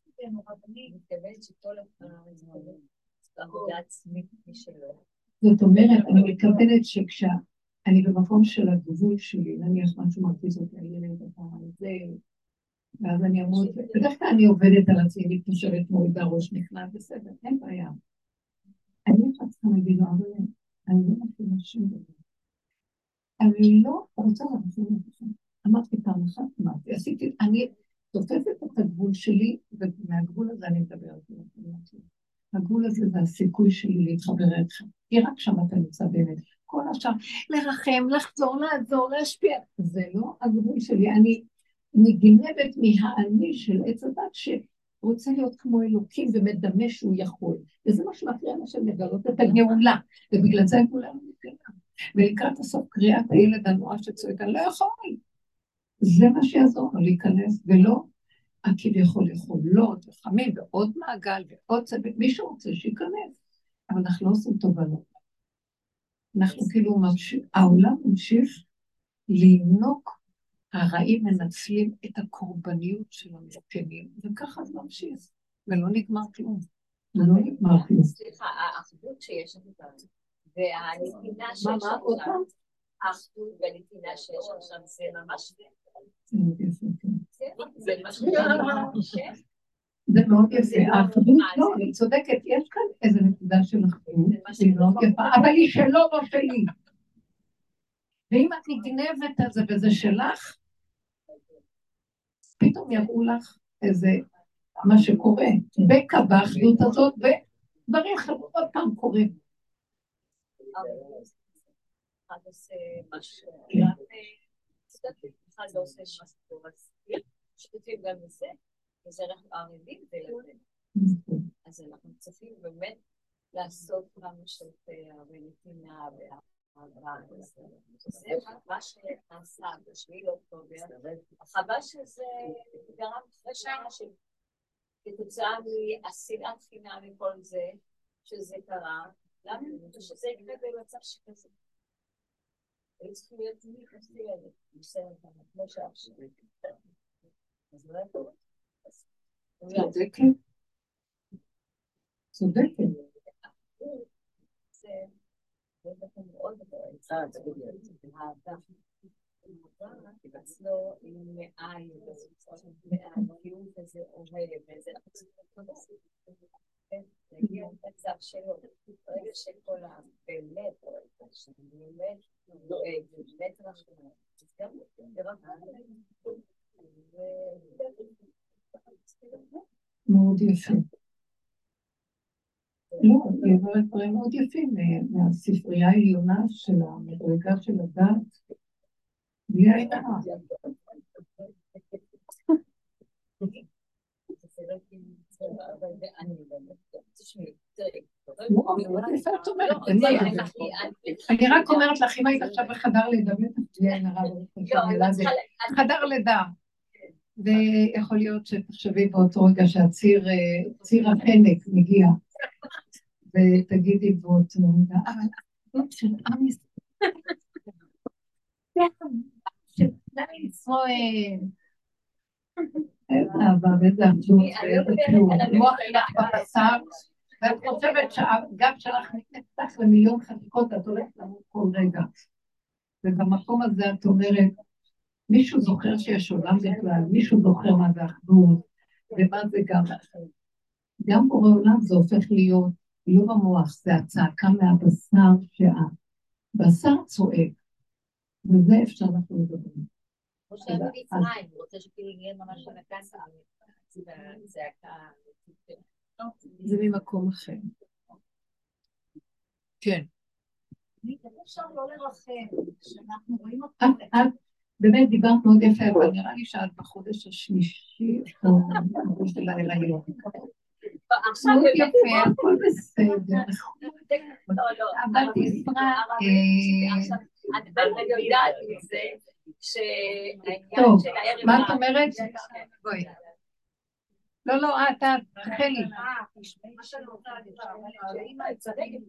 זאת אומרת, אני מתכוונת שכשאני במקום של הגבול שלי, נניח משהו מרגיז אותי, הילד הפעם הזה, ואז אני אמור, בדרך כלל אני עובדת על עצמי, אני חושבת מורידה ראש נכנעת, בסדר, אין בעיה. אני צריכה להגיד לו, אבל אני לא מכירה שום דבר. אני לא רוצה להגיד לכם. אמרתי פעם אחת, אמרתי, עשיתי, אני תופסת את הגבול שלי, ומהגבול הזה אני מדברת. הגבול הזה זה הסיכוי שלי להתחבר אליכם. כי רק שם אתה נמצא באמת. כל השאר, לרחם, לחזור, לעזור, להשפיע. זה לא הגבול שלי. אני נגנבת מהאני של עץ הדת שרוצה להיות כמו אלוקים ומדמה שהוא יכול. וזה מה שמפריע לשם לגלות את הגאולה. ובגלל זה הגאולה לא מתגלה. ולקראת הסוף קריאת הילד הנורא שצועק, אני לא יכול. זה מה שיעזור לו להיכנס, ולא הכביכול יכולות וחמים ועוד מעגל ועוד צוות, מי שרוצה שיכנס. אבל אנחנו לא עושים טובה לו. אנחנו כאילו ממשיך, העולם ממשיך לינוק, הרעים מנצלים את הקורבניות של המסכנים, וככה זה ממשיך, ולא נגמר כלום. לא נגמר כלום. סליחה, האחדות שיש לנו, והנתינה שיש עכשיו, האחדות והנתינה שיש עכשיו, זה ממש זה זה מאוד יפה, האחדות לא, אני צודקת, יש כאן איזה נקודה של אחדות, שהיא מאוד יפה, אבל היא שלו, לא שלי. ואם את נגנבת את זה וזה שלך, פתאום יראו לך איזה מה שקורה, בקע באחדות הזאת, ודברים עוד פעם קורים. אחד עושה משהו, אחד לא עושה משהו, שתתאים גם לזה, וזה אנחנו ערבים ולזה. אז אנחנו צריכים באמת לעשות כמה שיותר ונתינה והעברה. זה מה שנעשה בשביל אוקטובר. החבל שזה גרם חשש כתוצאה מהשנאת חינם מכל זה, שזה קרה. למה? שזה יקרה במצב שכזה. היו צריכים להיות נכנסתי לזה, בסדר כמה, כמו שעכשיו. אז לא יכול. צודקת. צודקת. זה דבר מאוד מאוד אהבה. אצלו עם מעיים, והקיום הזה עובד, וזה נגיע למצב שלו, ברגע שכל הבאמת, באמת דואג, באמת רחמנות, אז גם ברחמנות, מאוד יפה. לא, היא אומרת דברים מאוד יפים מהספרייה העליונה של המדרגה של הדת, בלי עין הרע. אני רק אומרת לך, אם היית עכשיו בחדר לידה, בלי עין הרע, חדר לידה, ויכול להיות שתחשבי באותו רגע שהציר, ציר החנק מגיע, ותגידי באותו רגע, אבל את של עם ישראל, של עם ישראל, איזה אהבה, ואיזה אחדות, ואיזה כלום, מוח לך בבשר, ואת חושבת שהגב שלך נפתח למיליון חתיקות, את הולכת למות כל רגע, ובמקום הזה את אומרת, מישהו זוכר שיש עולם בכלל, מישהו זוכר מה זה אחדות, ומה זה גם גם בורא עולם זה הופך להיות, לא במוח, זה הצעקה מהבשר שהבשר צועק, וזה אפשר אנחנו לדברים. כמו שהיה במצרים, הוא רוצה שכאילו יהיה ממש על הכסה, זה זה ממקום אחר. כן. אפשר לא לרחם, שאנחנו רואים אותך. את באמת דיברת מאוד יפה, אבל נראה לי שאת בחודש השלישי, או בחודש של ההיריון. עכשיו יפה, הכל בסדר. אבל תספרה. אני יודעת את זה, טוב, מה את אומרת? בואי. לא, לא, את, את, חלי. מה שאני רוצה להגיד, שאמא הצדקת,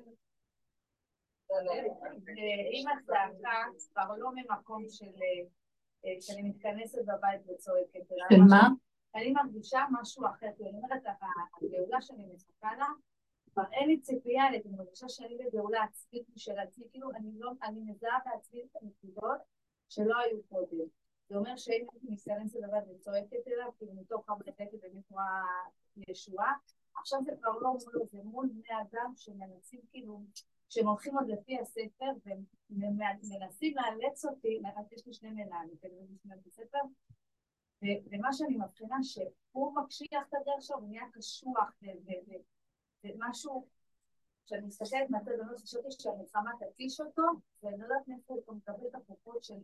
אם הצעקה כבר לא ממקום של, שאני מתכנסת בבית וצועקת, של מה? אני מרגישה משהו אחר, כי אני אומרת, הגאולה שאני מחכה לה, כבר אין לי ציפייה, אני מרגישה שאני בגאולה עצמית משל עצמי, כאילו אני מזהה בעצמי את הנקודות שלא היו קודם. זה אומר שאם אני מתכנסת בבית וצועקת אליו, כאילו מתוך המחלקת ומתנועה ישועה, עכשיו זה כבר לא מולו, זה מול בני אדם שמנסים כאילו, שהם הולכים עוד לפי הספר, ומנסים לאלץ אותי, יש לי שני מנהלים, כדי לשמוע את הספר, ומה שאני מבחינה שהוא מקשיח את הדרך שלו, הוא נהיה קשוח, ומשהו, כשאני מסתכלת מהצד, אני לא חושבת שהמלחמה תקיש אותו, ואני לא יודעת מאיפה הוא מקבל את הפרופות של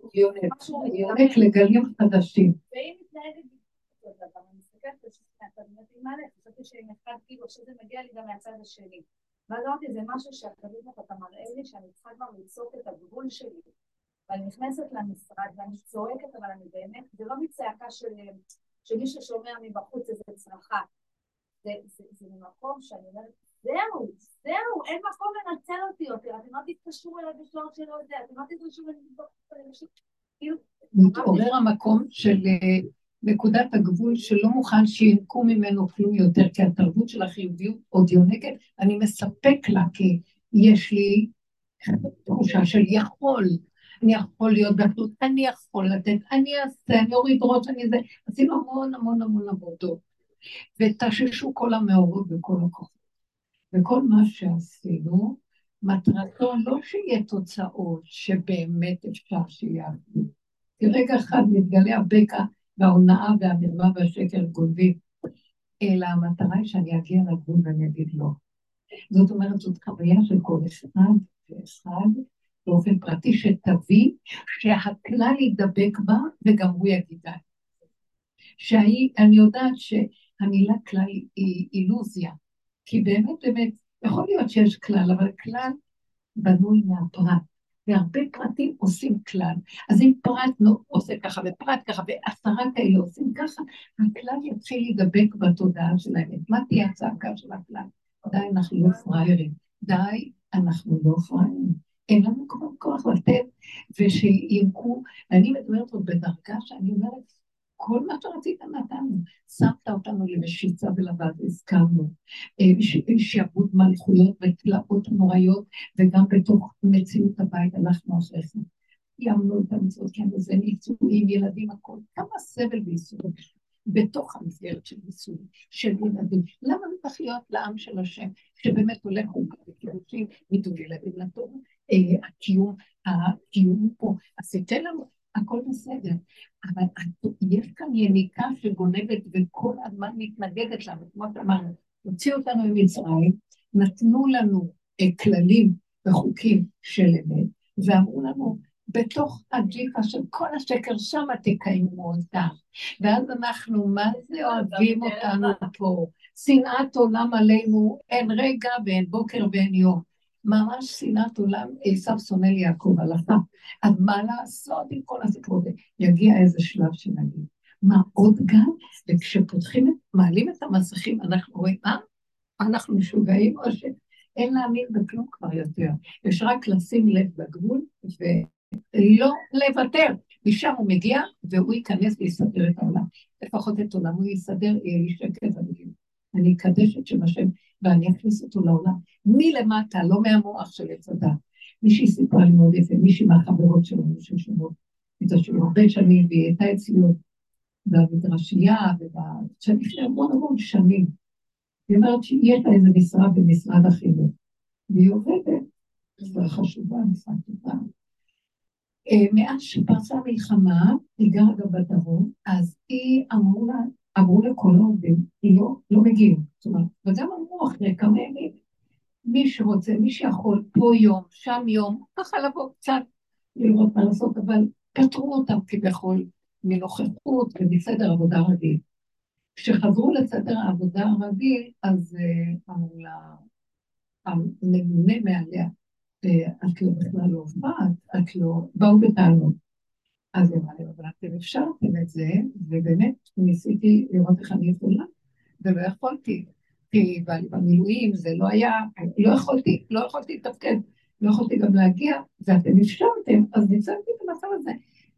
יונק לגלים חדשים. ואם מתנהגת בכל דבר, אני מסתכלת מהצד, אני אומרת, מה לך, חשבתי שאם אחד כאילו, שזה מגיע לי גם מהצד השני. ואז אמרתי, זה משהו שהקביל לך, אתה מראה לי שאני צריכה כבר לצעוק את הגבול שלי. ואני נכנסת למשרד, ואני צועקת, אבל אני באמת, זה לא מצעקה של, שמי ששומע מבחוץ איזה צרחה. זה, זה, זה ממקום שאני אומרת, זהו, זהו, אין מקום לנצל אותי יותר, אתם לא תתקשרו אליי בשלוח שלא יודע, אתם לא תתקשרו אליי בשלוח, כאילו... מתעורר המקום של נקודת הגבול שלא מוכן שינקו ממנו כלום יותר, כי התרבות של החיוביות עוד יונקת, אני מספק לה, כי יש לי תחושה של יכול, אני יכול להיות באחדות, אני יכול לתת, אני אעשה, אני אוריד ראש, אני זה, עשינו המון המון המון עבודות, ותששו כל המאורות וכל הכוחות. וכל מה שעשינו, מטרתו לא שיהיה תוצאות שבאמת אפשר שיהיה אחדות. כי רגע אחד מתגלה הבקע וההונאה והמרמה והשקר גונבים, אלא המטרה היא שאני אגיע לגבול ואני אגיד לא. זאת אומרת, זאת חוויה של כל אחד ואחד, באופן פרטי שתביא שהכלל ידבק בה וגם הוא יגידה. שאני יודעת שהמילה כלל היא אילוזיה, כי באמת באמת יכול להיות שיש כלל, אבל כלל בנוי מהפרט, והרבה פרטים עושים כלל. אז אם פרט עושה ככה ופרט ככה ועשרה כאלה עושים ככה, הכלל יתחיל להידבק בתודעה שלהם. מה תהיה הצעקה של הכלל? די, אנחנו לא פריירים. די, אנחנו לא פריירים. אין לנו כבר כוח לתת, ושיינקו, אני מדברת עוד בדרגה שאני אומרת, כל מה שרצית נתנו, שמת אותנו למשיצה ולבד, הזכרנו, שעבוד מלכויות ותלאות נוראיות, וגם בתוך מציאות הבית הלכנו אחרי זה. קיימנו את המצוות, כן, וזה ניצולים, ילדים, הכל, כמה סבל ויסוד, בתוך המסגרת של ניסוי, של ילדים. למה צריך להיות לעם של השם, שבאמת הולך חוקה וקיבוצים, מידו ילדים לתור, הקיום, הקיום פה, אז תתן לנו, הכל בסדר. אבל יש כאן יניקה שגונבת וכל הזמן מתנגדת לנו, כמו שאמרנו, הוציאו אותנו ממצרים, נתנו לנו כללים וחוקים של אמת, ואמרו לנו, בתוך הג'יפה של כל השקר שמה תקיימו אותה. ואז אנחנו, מה זה אוהבים אותנו פה? שנאת עולם עלינו, אין רגע ואין בוקר ואין יום. ממש שנאת עולם, עשיו שונא ליעקב הלכה. אז מה לעשות עם כל הסיפור הזה? יגיע איזה שלב שנגיד. מה עוד גם? וכשפותחים, מעלים את המסכים, אנחנו רואים, אה? אנחנו משוגעים או שאין להאמין בכלום כבר יותר. יש רק לשים לב בגבול ו... לא לוותר, משם הוא מגיע והוא ייכנס ויסדר את העולם, לפחות את עולם הוא יסדר, יהיה לי שקט, אני אקדש את שם השם ואני אכניס אותו לעולם, מלמטה, לא מהמוח של הצדה. מישהי סיפרה לי מאוד יפה, מישהי מהחברות שלנו ששמות את השם הרבה שנים, והיא הייתה אצלי במדרשייה ובשנים המון המון שנים, היא אומרת שיש לה איזה משרה במשרד החינוך והיא עובדת, זו חשובה, משרד טובה. מאז שפרצה המלחמה, היא גרה גם בדרום, אז היא אמרו לה, אמרו לכל העובדים, היא לא, לא מגיעים. זאת אומרת, וגם אמרו אחרי כמה ימים, מי שרוצה, מי שיכול, פה יום, שם יום, ככה לבוא קצת לראות מה לעשות, אבל פתרו אותם כבכל מנוכחות ובסדר עבודה רגיל. כשחזרו לסדר העבודה הרגיל, אז uh, אמרו לה, הממונה מעליה, את לא בכלל לא הופעת, את לא, באו בטענות. אז אמרה לי, אבל אתם אפשרתם את זה, ובאמת ניסיתי לראות איך אני יכולה, ולא יכולתי, כי במילואים זה לא היה, לא יכולתי, לא יכולתי לתפקד, לא יכולתי גם להגיע, ואתם אפשרתם, אז ניסיתי את המצב הזה,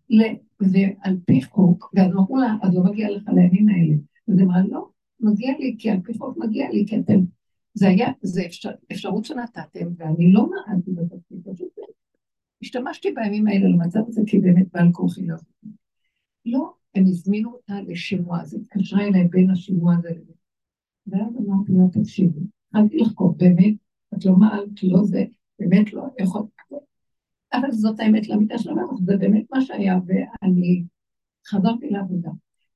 ועל פי חוק, ואז אמרו לה, אז לא מגיע לך לימים האלה, אז אמרה, לא, מגיע לי, כי על פי חוק מגיע לי, כי אתם, זה היה, זה אפשר, אפשרות שנתתם, ואני לא מעלתי בתפקיד, פשוט השתמשתי בימים האלה למצב הזה, כי באמת בעל כוחי לא. לא, הם הזמינו אותה לשימוע, אז התקשרה אליי בין השימוע הזה לזה. ואז אמרתי לו, תקשיבי, התחלתי לחקור, באמת, את לא מעלת, לא זה, באמת לא יכול, אבל זאת האמת למיטה של המלך, זה באמת מה שהיה, ואני חזרתי לעבודה.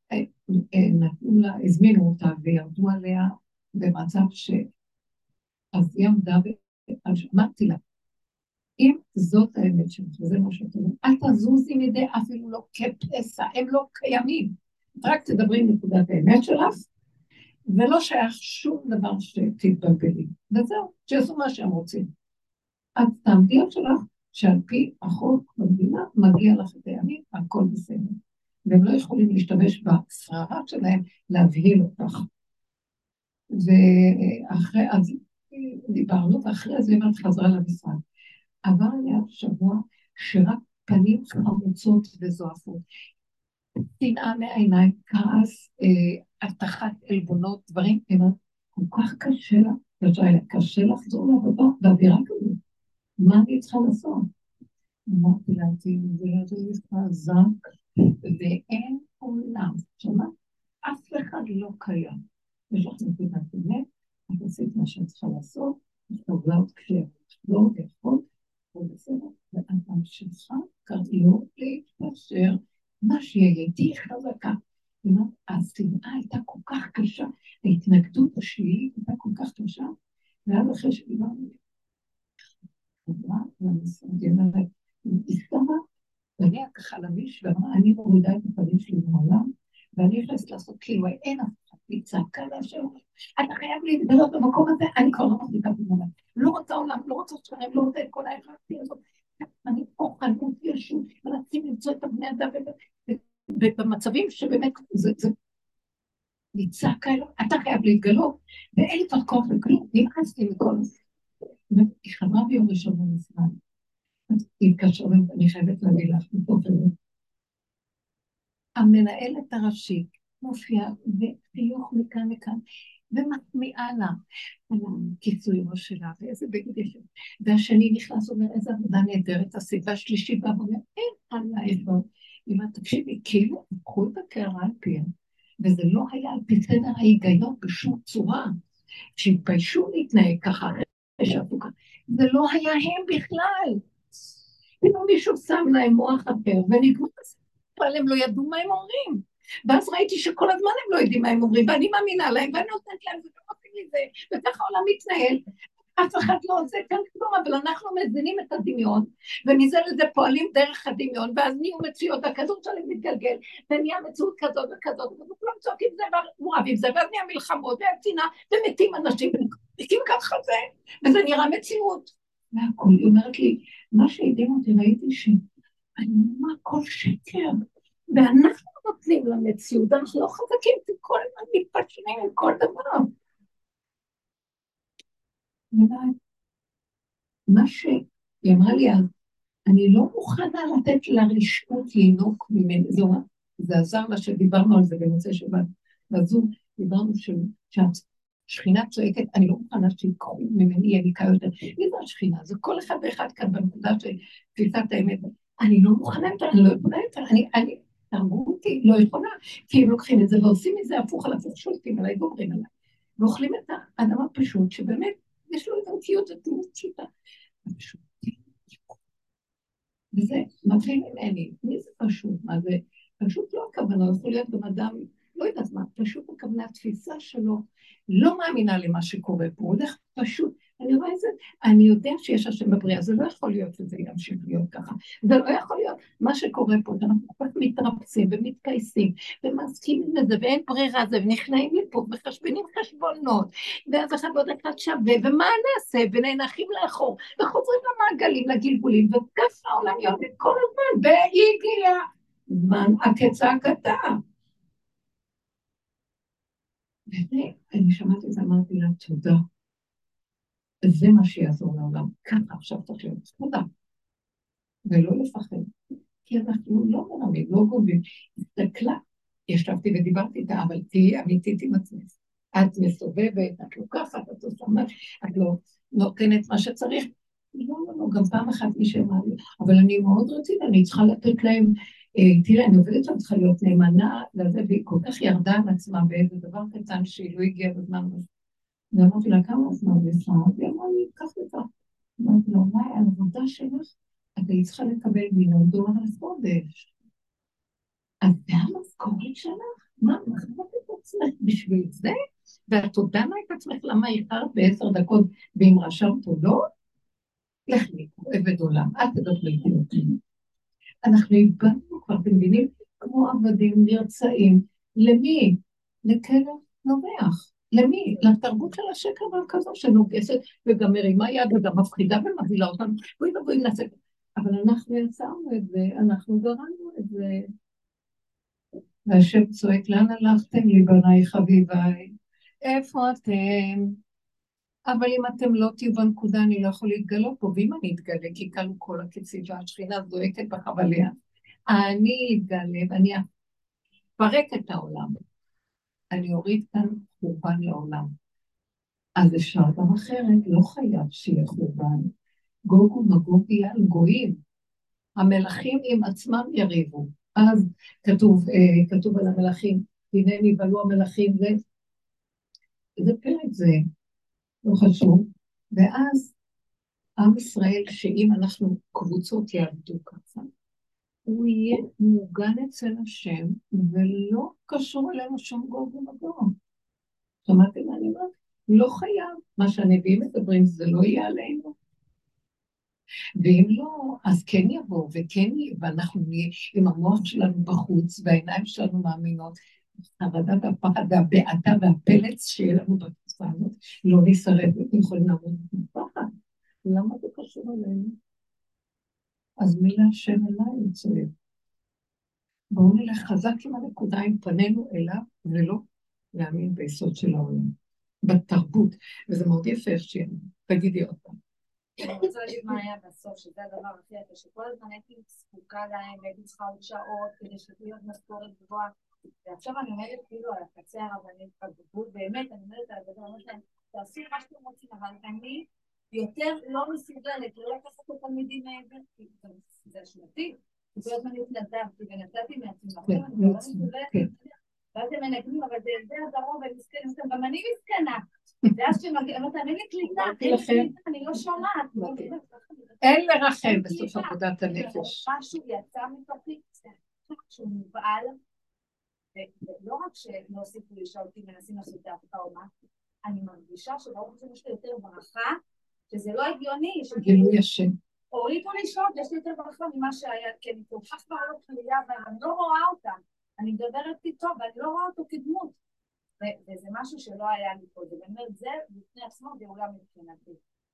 נתנו לה, הזמינו אותה, וירדו עליה במצב ש... אז היא עמדה, ואמרתי לה, אם זאת האמת שלך, וזה מה שאתה אומר, אל תזוזי מדי אפילו לא כפסע, הם לא קיימים. רק תדברי עם נקודת האמת שלך, ולא שייך שום דבר שתתבלבלי. וזהו, שיעשו מה שהם רוצים. את תעמדי על שלך, שעל פי החוק במדינה, מגיע לך את הימים, הכל בסדר. והם לא יכולים להשתמש בשררה שלהם, להבהיל אותך. ואחרי, אז דיברנו, ואחרי זה אמרת חזרה למשרד. עבר היה שבוע שרק פנים חמוצות וזועפות. שנאה מעיניים, כעס, הבטחת עלבונות, דברים, כל כך קשה לה, קשה לחזור לעבודה, באווירה כזאת. מה אני צריכה לעשות? אמרתי לה, זה חזק, ואין עולם. שמה? אף אחד לא קיים. יש לך נקודת אמת, את עשית מה שאת צריכה לעשות, את תבלה עוד כשלא יכול, ובסדר, ואת ממשיכה לא להתפשר, מה שיהיה חזקה. השנאה הייתה כל כך קשה, ההתנגדות השלילית הייתה כל כך קשה, ואז אחרי שדיברנו, חברה למשרדים האלה, הסתמה, ואני ככה למיש, ואמרה, אני מורידה את הפנים שלי בעולם, ואני נכנסת לעשות כאילו, אין אף אחד, היא צעקה להשם, אתה חייב להתגלות במקום הזה, אני כבר לא מחליטה במובן, לא רוצה עולם, לא רוצה שכרים, לא רוצה את כל האחרתי הזאת, אני פה חנות ישוב, מנסים למצוא את הבני אדם, ובמצבים שבאמת זה, זה ניצעקה אלו, אתה חייב להתגלות, ואין לי כבר כוח לכלום, נמאסתי מכל זה. היא חברה ביום ראשון במשרד, אז היא התקשרה, אני חייבת להביא לך מתוך זה. המנהלת הראשית מופיעה וחיוך מכאן לכאן, ומחמיאה לה על הכיסוי ראש שלה, ואיזה בגד יש. והשני נכנס ואומר, איזה עבודה נהדרת, הסביבה השלישי בא ואומר, אין עלייך. היא אומרת, תקשיבי, כאילו, קחו את הקערה על פיהם, וזה לא היה על פי סדר ההיגיון בשום צורה, שהתביישו להתנהג ככה, זה לא היה הם בכלל. פתאום מישהו שם להם מוח אחר, ונגמר זה, אבל הם לא ידעו מה הם אומרים. ואז ראיתי שכל הזמן הם לא יודעים מה הם אומרים, ואני מאמינה להם, ואני נותנת להם, וגם עושים לי זה, וככה העולם מתנהל. אף אחד לא עושה כאן כלום, אבל אנחנו מזינים את הדמיון, ומזה לזה פועלים דרך הדמיון, ואז נהיו מציאות, הכדור שלהם מתגלגל, ונהיה מציאות כזאת וכזאת, וכולם צועקים זה, והוא רב עם זה, ואז נהיה מלחמות, והצינה, ומתים אנשים, ומתים ככה זה, וזה נראה מציאות. והכל, היא אומרת לי, מה שהדהים אותי, ראיתי שאני אומר, הכל שקר, ואנחנו נותנים למציאות, אנחנו לא חזקים, כי כל הזמן מתפשרים עם כל דבר. מה שהיא אמרה לי, אני לא מוכנה לתת לרשעות לינוק ממני, זה עזר לה שדיברנו על זה בנושא שבת, בזום דיברנו שהשכינה צועקת, אני לא מוכנה שיקחו ממני יניקה יותר, מי זה השכינה? זה כל אחד ואחד כאן בנקודה של תפיסת האמת, אני לא מוכנה יותר, אני לא יכולה יותר, אני, תרגו אותי, לא יכולה, כי הם לוקחים את זה ועושים את זה הפוך על הפוך, שולטים עליי ואומרים עליי, ואוכלים את האדם הפשוט שבאמת יש לו איזותיות, זה תמות פשוטה. פשוט. וזה מתחיל ממני, מי זה פשוט? מה זה? פשוט לא הכוונה, יכול להיות גם אדם, לא יודעת מה, פשוט הכוונה, התפיסה שלו, לא מאמינה למה שקורה פה, הוא הולך פשוט, אני רואה את זה, אני יודע שיש השם בבריאה, זה לא יכול להיות שזה ימשיך להיות ככה, זה לא יכול להיות מה שקורה פה, אנחנו כל כך מתרפסים ומתקייסים, ומסכימים לזה, ואין ברירה זה, ונכנעים לפה, וחשבנים חשבונות, ואז אחד עוד אחד שווה, ומה נעשה, וננחים לאחור, וחוזרים למעגלים, לגלגולים, וככה העולם יורד כל הזמן, והגיע זמן הקצעקתה. ואני שמעתי את זה, אמרתי לה, תודה. זה מה שיעזור לעולם. ככה עכשיו צריך להיות תודה. ולא לפחד. כי אנחנו לא מרמים, לא גובים. הסתכלה, ישבתי ודיברתי איתה, אבל תהיי אמיתית עם עצמך. את מסובבת, את לוקחת, את עושה מה, את לא נותנת מה שצריך. לא, לא, לא, גם פעם אחת מי שאמר לי, אבל אני מאוד רצית, אני צריכה לתת להם, תראה, אני עובדת שם, צריכה להיות נאמנה לזה, והיא כל כך ירדה על עצמה באיזה דבר קטן שהיא לא הגיעה בזמן. ואמרתי לה, כמה זמן בסך? והיא אמרה לי, כך וכך. אמרתי לה, מה, העבודה שלך, אתה צריכה לקבל מיליון דולר לחודש. אז זה המשכורת שלך? מה, מחזרת את עצמך בשביל זה? ואת הודעה את עצמך למה איחרת בעשר דקות ואם רשמת או לא? לך לי, עבד עולם, אל תדברי אותי. אנחנו איבדנו כבר, אתם מבינים, כמו עבדים נרצעים. למי? לכלב נובח. למי? לתרבות של השקר והכזו שנוגסת, וגם מרימה יד וגם מפחידה ומבהילה אותנו. בואי ובואי נעשה. אבל אנחנו יצרנו את זה, אנחנו גרמנו את זה. והשם צועק, לאן הלכתם לי בניי חביביי? איפה אתם? אבל אם אתם לא תהיו בנקודה, אני לא יכול להתגלות פה, ואם אני אתגלה, כי כאן כל הקצים והשכינה זועקת בחבליה, אני אתגלה ואני אפרק את העולם. אני אוריד כאן חורבן לעולם. אז אפשר גם אחרת, לא חייב שיהיה חורבן. גוג ומגוג יהיה על גויים. המלכים עם עצמם יריבו. אז כתוב, אה, כתוב על המלכים, הנה נבהלו המלכים, זה, זה פרק זה. לא חשוב, ואז עם ישראל, שאם אנחנו קבוצות יעבדו ככה, הוא יהיה מוגן אצל השם, ולא קשור אלינו שום גוג ומגוג. שמעתם מה אני אומרת? לא חייב, מה שהנביאים מדברים, זה לא יהיה עלינו. ואם לא, אז כן יבוא, וכן יהיה, ואנחנו נהיה עם המוח שלנו בחוץ, והעיניים שלנו מאמינות, הרדה והפחד והבעדה והפלץ שיהיה לנו בתקופה הזאת, לא נשרד ויכולים לעמוד בפחד. למה זה קשור אלינו? אז מי להשם אליי יצויר? בואו נלך חזק עם הנקודה עם פנינו אליו, ולא להאמין ביסוד של העולם, בתרבות, וזה מאוד יפה איך שיהיה. תגידי עוד פעם. אני רוצה להגיד מה היה בסוף, שזה הדבר הכי יפה, שכל הזמן הייתי זקוקה להם, והייתי צריכה עוד שעות כדי שתהיה משכורת גבוהה. ועכשיו אני עומדת כאילו על הקצה הרבנית בגבול, באמת, אני עומדת על הגדר, אני אומרת להם, תעשו מה שאתם רוצים, אבל אני יותר לא מסוגלת, לא לקחת את התלמידים מעבר, כי זה אשמתי, כי כל הזמן התנדבתי ונתתי מעצמי, אני לא מסוגלת, ואז הם מנגנים, אבל זה ילדי הדרום ומסכנים, גם אני מסכנה. ואז שמגיעות, אני לי קליטה, אני לא שומעת. אין לרחם בסוף עבודת הנפש. משהו יצא מתוכי, שהוא מובעל, ולא רק שלא הוסיפו לשאול אותי מנסים לעשות את ההפכה או מה, אני מרגישה שברוך השם יש לי יותר ברכה, שזה לא הגיוני. גילוי השם. הורידו לשאול, יש לי יותר ברכה ממה שהיה, כי אני כל כך כבר לא תלויה, ואני לא רואה אותה. אני מדברת איתו, ואני לא רואה אותו כדמות. וזה משהו שלא היה לי קודם. אני אומרת, זה בפני עצמו גאולה מבחינתי.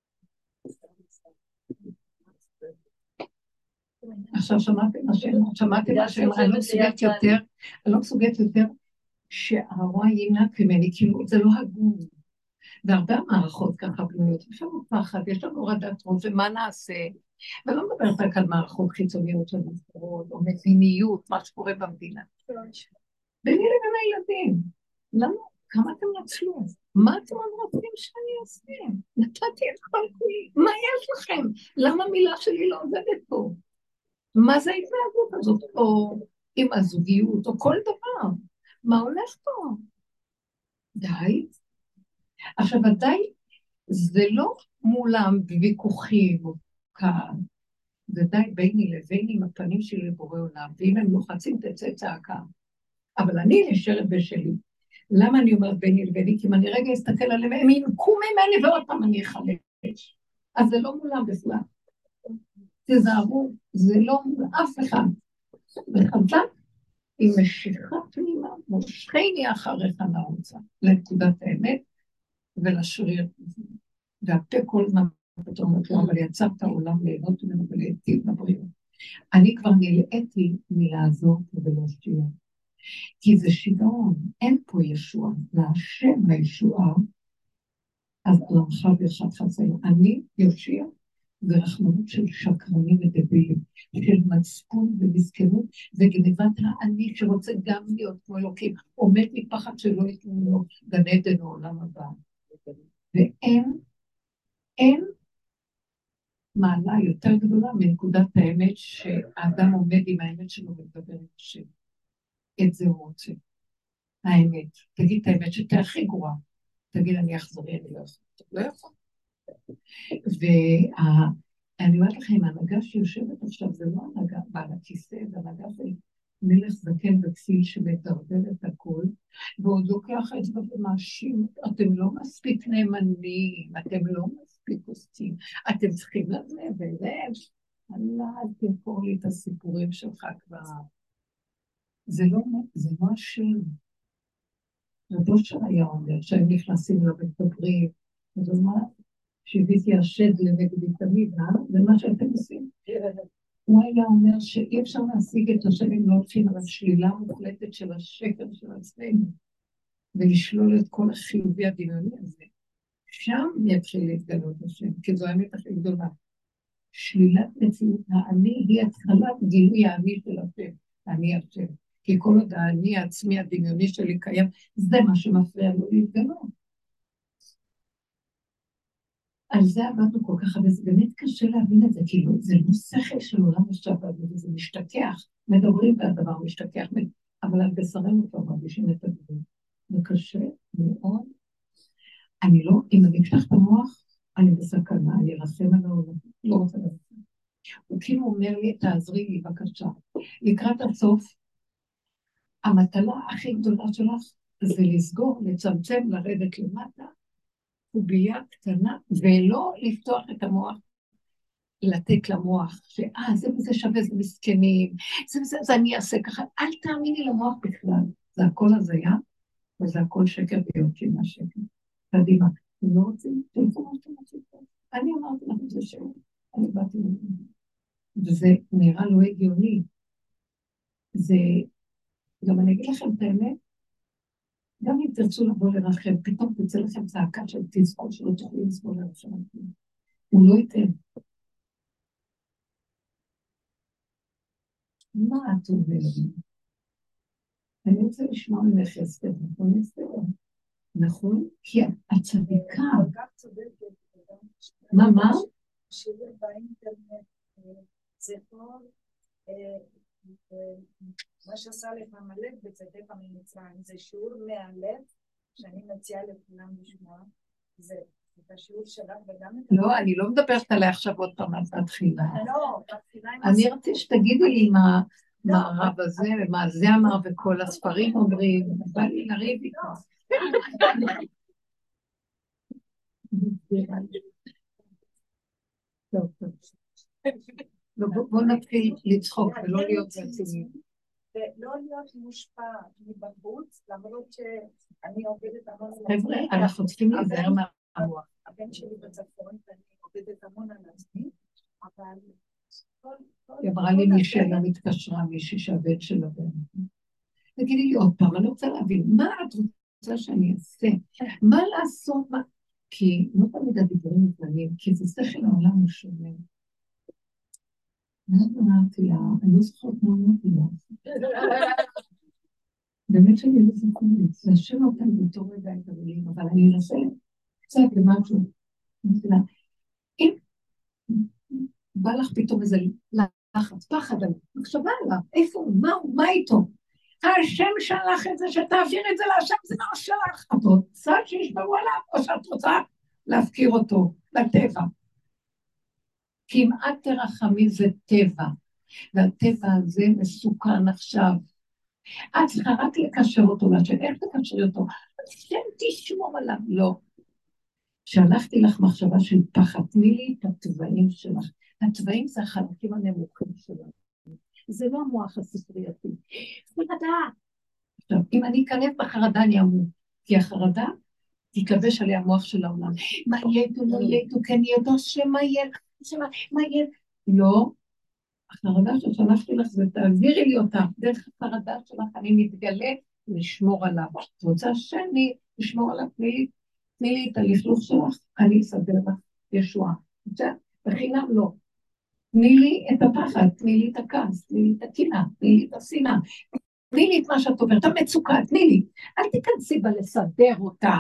עכשיו שמעתי מה שהם, שמעתי מה שהם, אני לא מסוגלת יותר, אני לא מסוגלת יותר שהרוע ינק ממני, כאילו זה לא הגון. והרבה מערכות ככה בנויות, יש לנו פחד, יש לנו הורדת ראש, ומה נעשה? ולא מדברת רק על מערכות חיצוניות של מסורות, או מדיניות, מה שקורה במדינה. ביני לבין הילדים, למה? כמה אתם נצלו? מה אתם רוצים שאני אעשה? נתתי את כל כולי, מה יש לכם? למה מילה שלי לא עובדת פה? מה זה ההתנהגות הזאת? או עם הזוגיות, או כל דבר. מה הולך פה? די. עכשיו, די, זה לא מולם בוויכוחים או כאן, זה די ביני לביני עם הפנים שלי לבורא עולם, ואם הם לוחצים תצא צעקה. אבל אני נשארת בשלי. למה אני אומרת ביני לביני? כי אם אני רגע אסתכל עליהם, הם ינקו ממני ועוד פעם אני אחלש. אז זה לא מולם בכלל. תזהרו, זה לא מול אף אחד. וחזק, עם משיכה פנימה, מושכני אחריך נעוצה, לנקודת האמת ולשריר. והפה כל הזמן פתאום אומר, אבל יצרת העולם ליהנות ממנו ולהיטיב לבריאות. אני כבר נלאיתי מלעזור ולהושיע. כי זה שיגעון, אין פה ישוע, להשם הישועה, אז עלמך וירשתך צעיר. אני יושיע ורחמנות של שקרנים ודבילים, של מצפון ומסכנות וגניבת האני שרוצה גם להיות כמו אלוקים, עומד מפחד שלא ייתנו לו גן עדן או עולם הבא. ואין, אין מעלה יותר גדולה מנקודת האמת שהאדם עומד עם האמת שלו ומדבר עם השם. את זה הוא רוצה. האמת. תגיד את האמת שתהיה הכי גרועה. תגיד, אני אחזרי, אני לא יכול. לא יכול. ואני אומרת לכם, ההנהגה שיושבת עכשיו, זה לא הנהגה בעל הכיסא, זה הנהגה של מלך זקן וכסיל שמדרדר את הכל, ועוד לוקח אצבע ומאשים, אתם לא מספיק נאמנים, אתם לא מספיק עושים, אתם צריכים לזה וזה, אללה, אל תמכור לי את הסיפורים שלך כבר. זה לא, זה לא השם. רבושר היה אומר, שהם נכנסים למדברים, זאת אומרת, שהביתי השד לנגדי תמיד, אה? זה מה שאתם עושים. הוא היה אומר שאי אפשר להשיג את השם אם לא הולכים על השלילה מוחלטת של השקר של עצמנו, ולשלול את כל החיובי הדמיוני הזה. שם יתחיל להתגלות השם, כי זו האמת הכי גדולה. שלילת מציאות האני היא התחלת גילוי האני של השם, האני השם. כי כל עוד האני העצמי הדמיוני שלי קיים, זה מה שמפריע לו להתגלות. על זה עבדנו כל כך הרבה, זה באמת קשה להבין את זה, כאילו, זה לא שכל של עולם השבת, וזה משתכח, מדברים והדבר משתכח, אבל על בשרנו כבר מרגישים את הדברים. זה קשה מאוד. אני לא, אם אני אפתח את המוח, אני בסכנה, אני ארסם על העולם, לא רוצה לרסם. הוא כאילו אומר לי, תעזרי לי בבקשה. לקראת הסוף, המטלה הכי גדולה שלך זה לסגור, לצמצם, לרדת למטה, קובייה קטנה, ולא לפתוח את המוח, לתת למוח, שאה, זה וזה שווה, זה מסכנים, זה וזה, זה אני אעשה ככה, אל תאמיני למוח בכלל, זה הכל הזיה, וזה הכל שקר ויוצאים מהשקר. קדימה, אתם לא רוצים, תלכו מה שאתם רוצים, אני אמרתי לכם זה שהוא, אני באתי לכם, וזה נראה לא הגיוני, זה, גם אני אגיד לכם את האמת, גם אם תרצו לבוא לרחם, פתאום תצא לכם צעקה של תזכור שלא תוכלי לסבול לרחם. הוא לא ייתן. מה את אומרת? אני רוצה לשמוע ממך אסתר, נכון אסתר? נכון? כי את צדיקה. מה, מה? שיעור באינטרנט, זה טוב, מה שעשה לך מלא בצדק ממצרים, זה שיעור מהלב, שאני מציעה לכולם לשמוע, זה את השיעור שלך וגם את... לא, אני לא מדברת עליה עכשיו עוד פעם, אז מתחילה. לא, מתחילה עם... אני רציתי שתגידי לי מה הרב הזה, ומה זה אמר, וכל הספרים אומרים, בא לי לריב איתו. טוב, טוב. בואו נתחיל לצחוק ולא להיות רציניים. ולא להיות מושפע מבחוץ, למרות שאני עובדת המון... חבר'ה, אנחנו צריכים להיזהר מהמוח. הבן שלי בצפון, ואני עובדת המון על עצמי, אבל... היא אמרה לי מי שהיום התקשרה, מישהי שהבן שלה בן. תגידי לי עוד פעם, אני רוצה להבין, מה את רוצה שאני אעשה? מה לעשות? כי לא תמיד הדיבורים מתנהלים, כי זה שכל העולם הוא שונה. מה אמרתי לה? אני לא זוכרת מה אמרתי לה. באמת שאני לא זוכרת, זה השם אותם באותו רגע את המילים, אבל אני אנסה קצת למשהו. אמרתי לה, אם בא לך פתאום איזה לחץ, פחד, מחשבה עליו, איפה הוא, מה הוא, מה איתו? השם שלח את זה, שתעביר את זה להשם, זה לא שלח. את רוצה שישברו עליו, או שאת רוצה להפקיר אותו לטבע. כי אם את תרחמי זה טבע, והטבע הזה מסוכן עכשיו. את צריכה רק לקשר אותו להשם, איך תקשרי אותו? השם תשמור עליו, לא. שלחתי לך מחשבה של פחד, תני לי את הטבעים שלך. הטבעים זה החלקים הנמוכים שלנו. זה לא המוח הספרייתי. חרדה. עכשיו, אם אני אכנס בחרדה, אני אמור. כי החרדה תתלבש עליה המוח של העולם. מה יהיה איתו, לא יהיה איתו, כן יהיה איתו, שמה יהיה, מה יהיה? לא. החרדה ששלחתי לך זה, תעבירי לי אותה. דרך החרדה שלך אני מתגלה לשמור עליו. את רוצה שאני אשמור עליו? תני לי את הלכלוך שלך, אני אסדר לך ישועה. בחינם לא. תני לי את הפחד, תני לי את הכעס, תני לי את הקנאה, תני לי את השנאה, תני לי את מה שאת אומרת, את המצוקה, תני לי. אל תיכנסי בה לסדר אותה.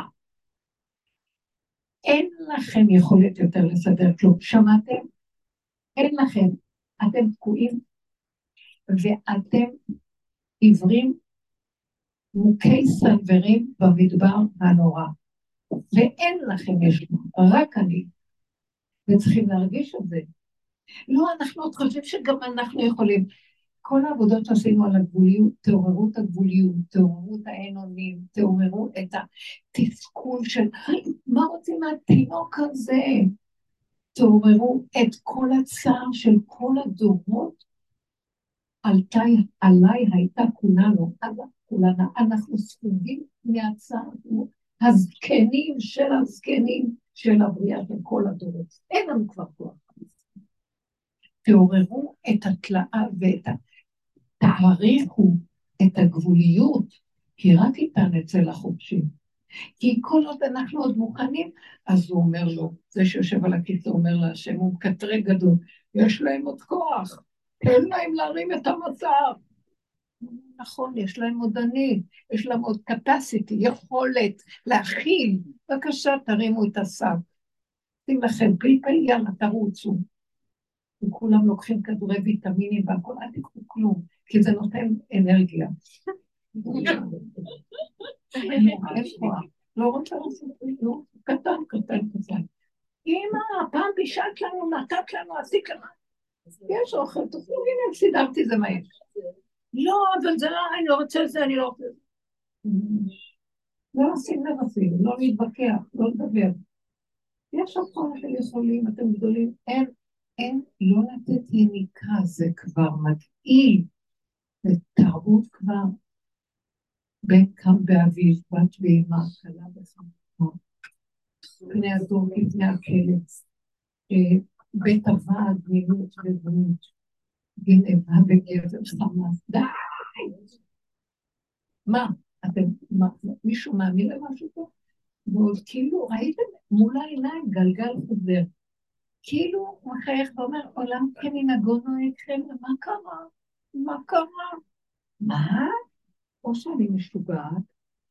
אין לכם יכולת יותר לסדר כלום. שמעתם? אין לכם. אתם תקועים, ואתם עיוורים מוכי סנוורים במדבר הנורא. ואין לכם ישועה, רק אני. וצריכים להרגיש את זה. לא, אנחנו עוד חושבים שגם אנחנו יכולים. כל העבודות שעשינו על הגבוליות, תעוררו את הגבוליות, תעוררו את האין-אונים, תעוררו את התסכול של, מה רוצים מהתינוק הזה? תעוררו את כל הצער של כל הדורות, עלתה, עליי הייתה כולנו, כולנו, אנחנו ספוגים מהצער, הזקנים של הזקנים של הבריאה של כל הדורות. אין לנו כבר כוח. תעוררו את התלאה ואת ה... תעריכו את הגבוליות, כי רק איתה נצא לחופשי. כי כל עוד אנחנו עוד מוכנים, אז הוא אומר לו, זה שיושב על הכיסא אומר להשם, הוא מקטרי גדול, יש להם עוד כוח, אין להם להרים את המצב. נכון, יש להם עוד אני, יש להם עוד capacity, יכולת להכיל. בבקשה, תרימו את הסף. שים לכם פלפל, יאללה, תרוצו. וכולם לוקחים כדורי ויטמינים והכל, אל תקחו כלום, כי זה נותן אנרגיה. אין כוח. לא רוצה לעשות כלום, קטן, קטן, קטן. אמא, פעם בישלת לנו, נתת לנו, עשית לנו. יש אוכל, תוכלו, הנה, סידרתי זה מהר. לא, אבל זה לא, אני לא רוצה את זה, אני לא רוצה את זה. לא עושים לבפים, לא להתווכח, לא לדבר. יש אוכל אתם יכולים, אתם גדולים, אין, אין, לא לתת יניקה, זה כבר מגעיל. זה תרבות כבר. בן קם באביב, בת ואימה, קלה וחמורה. פני הדור כפני הכלב. בית הוועד, מילות ודמות. גנבה וגבר חמאס. די! מה? אתם, מה? מישהו מאמין למשהו פה? ועוד כאילו ראיתם מול העיניים גלגל חוזר. כאילו הוא מחייך ואומר, עולם כמנהגו נוהג כן, מה קרה? מה קרה? מה? או שאני משוגעת,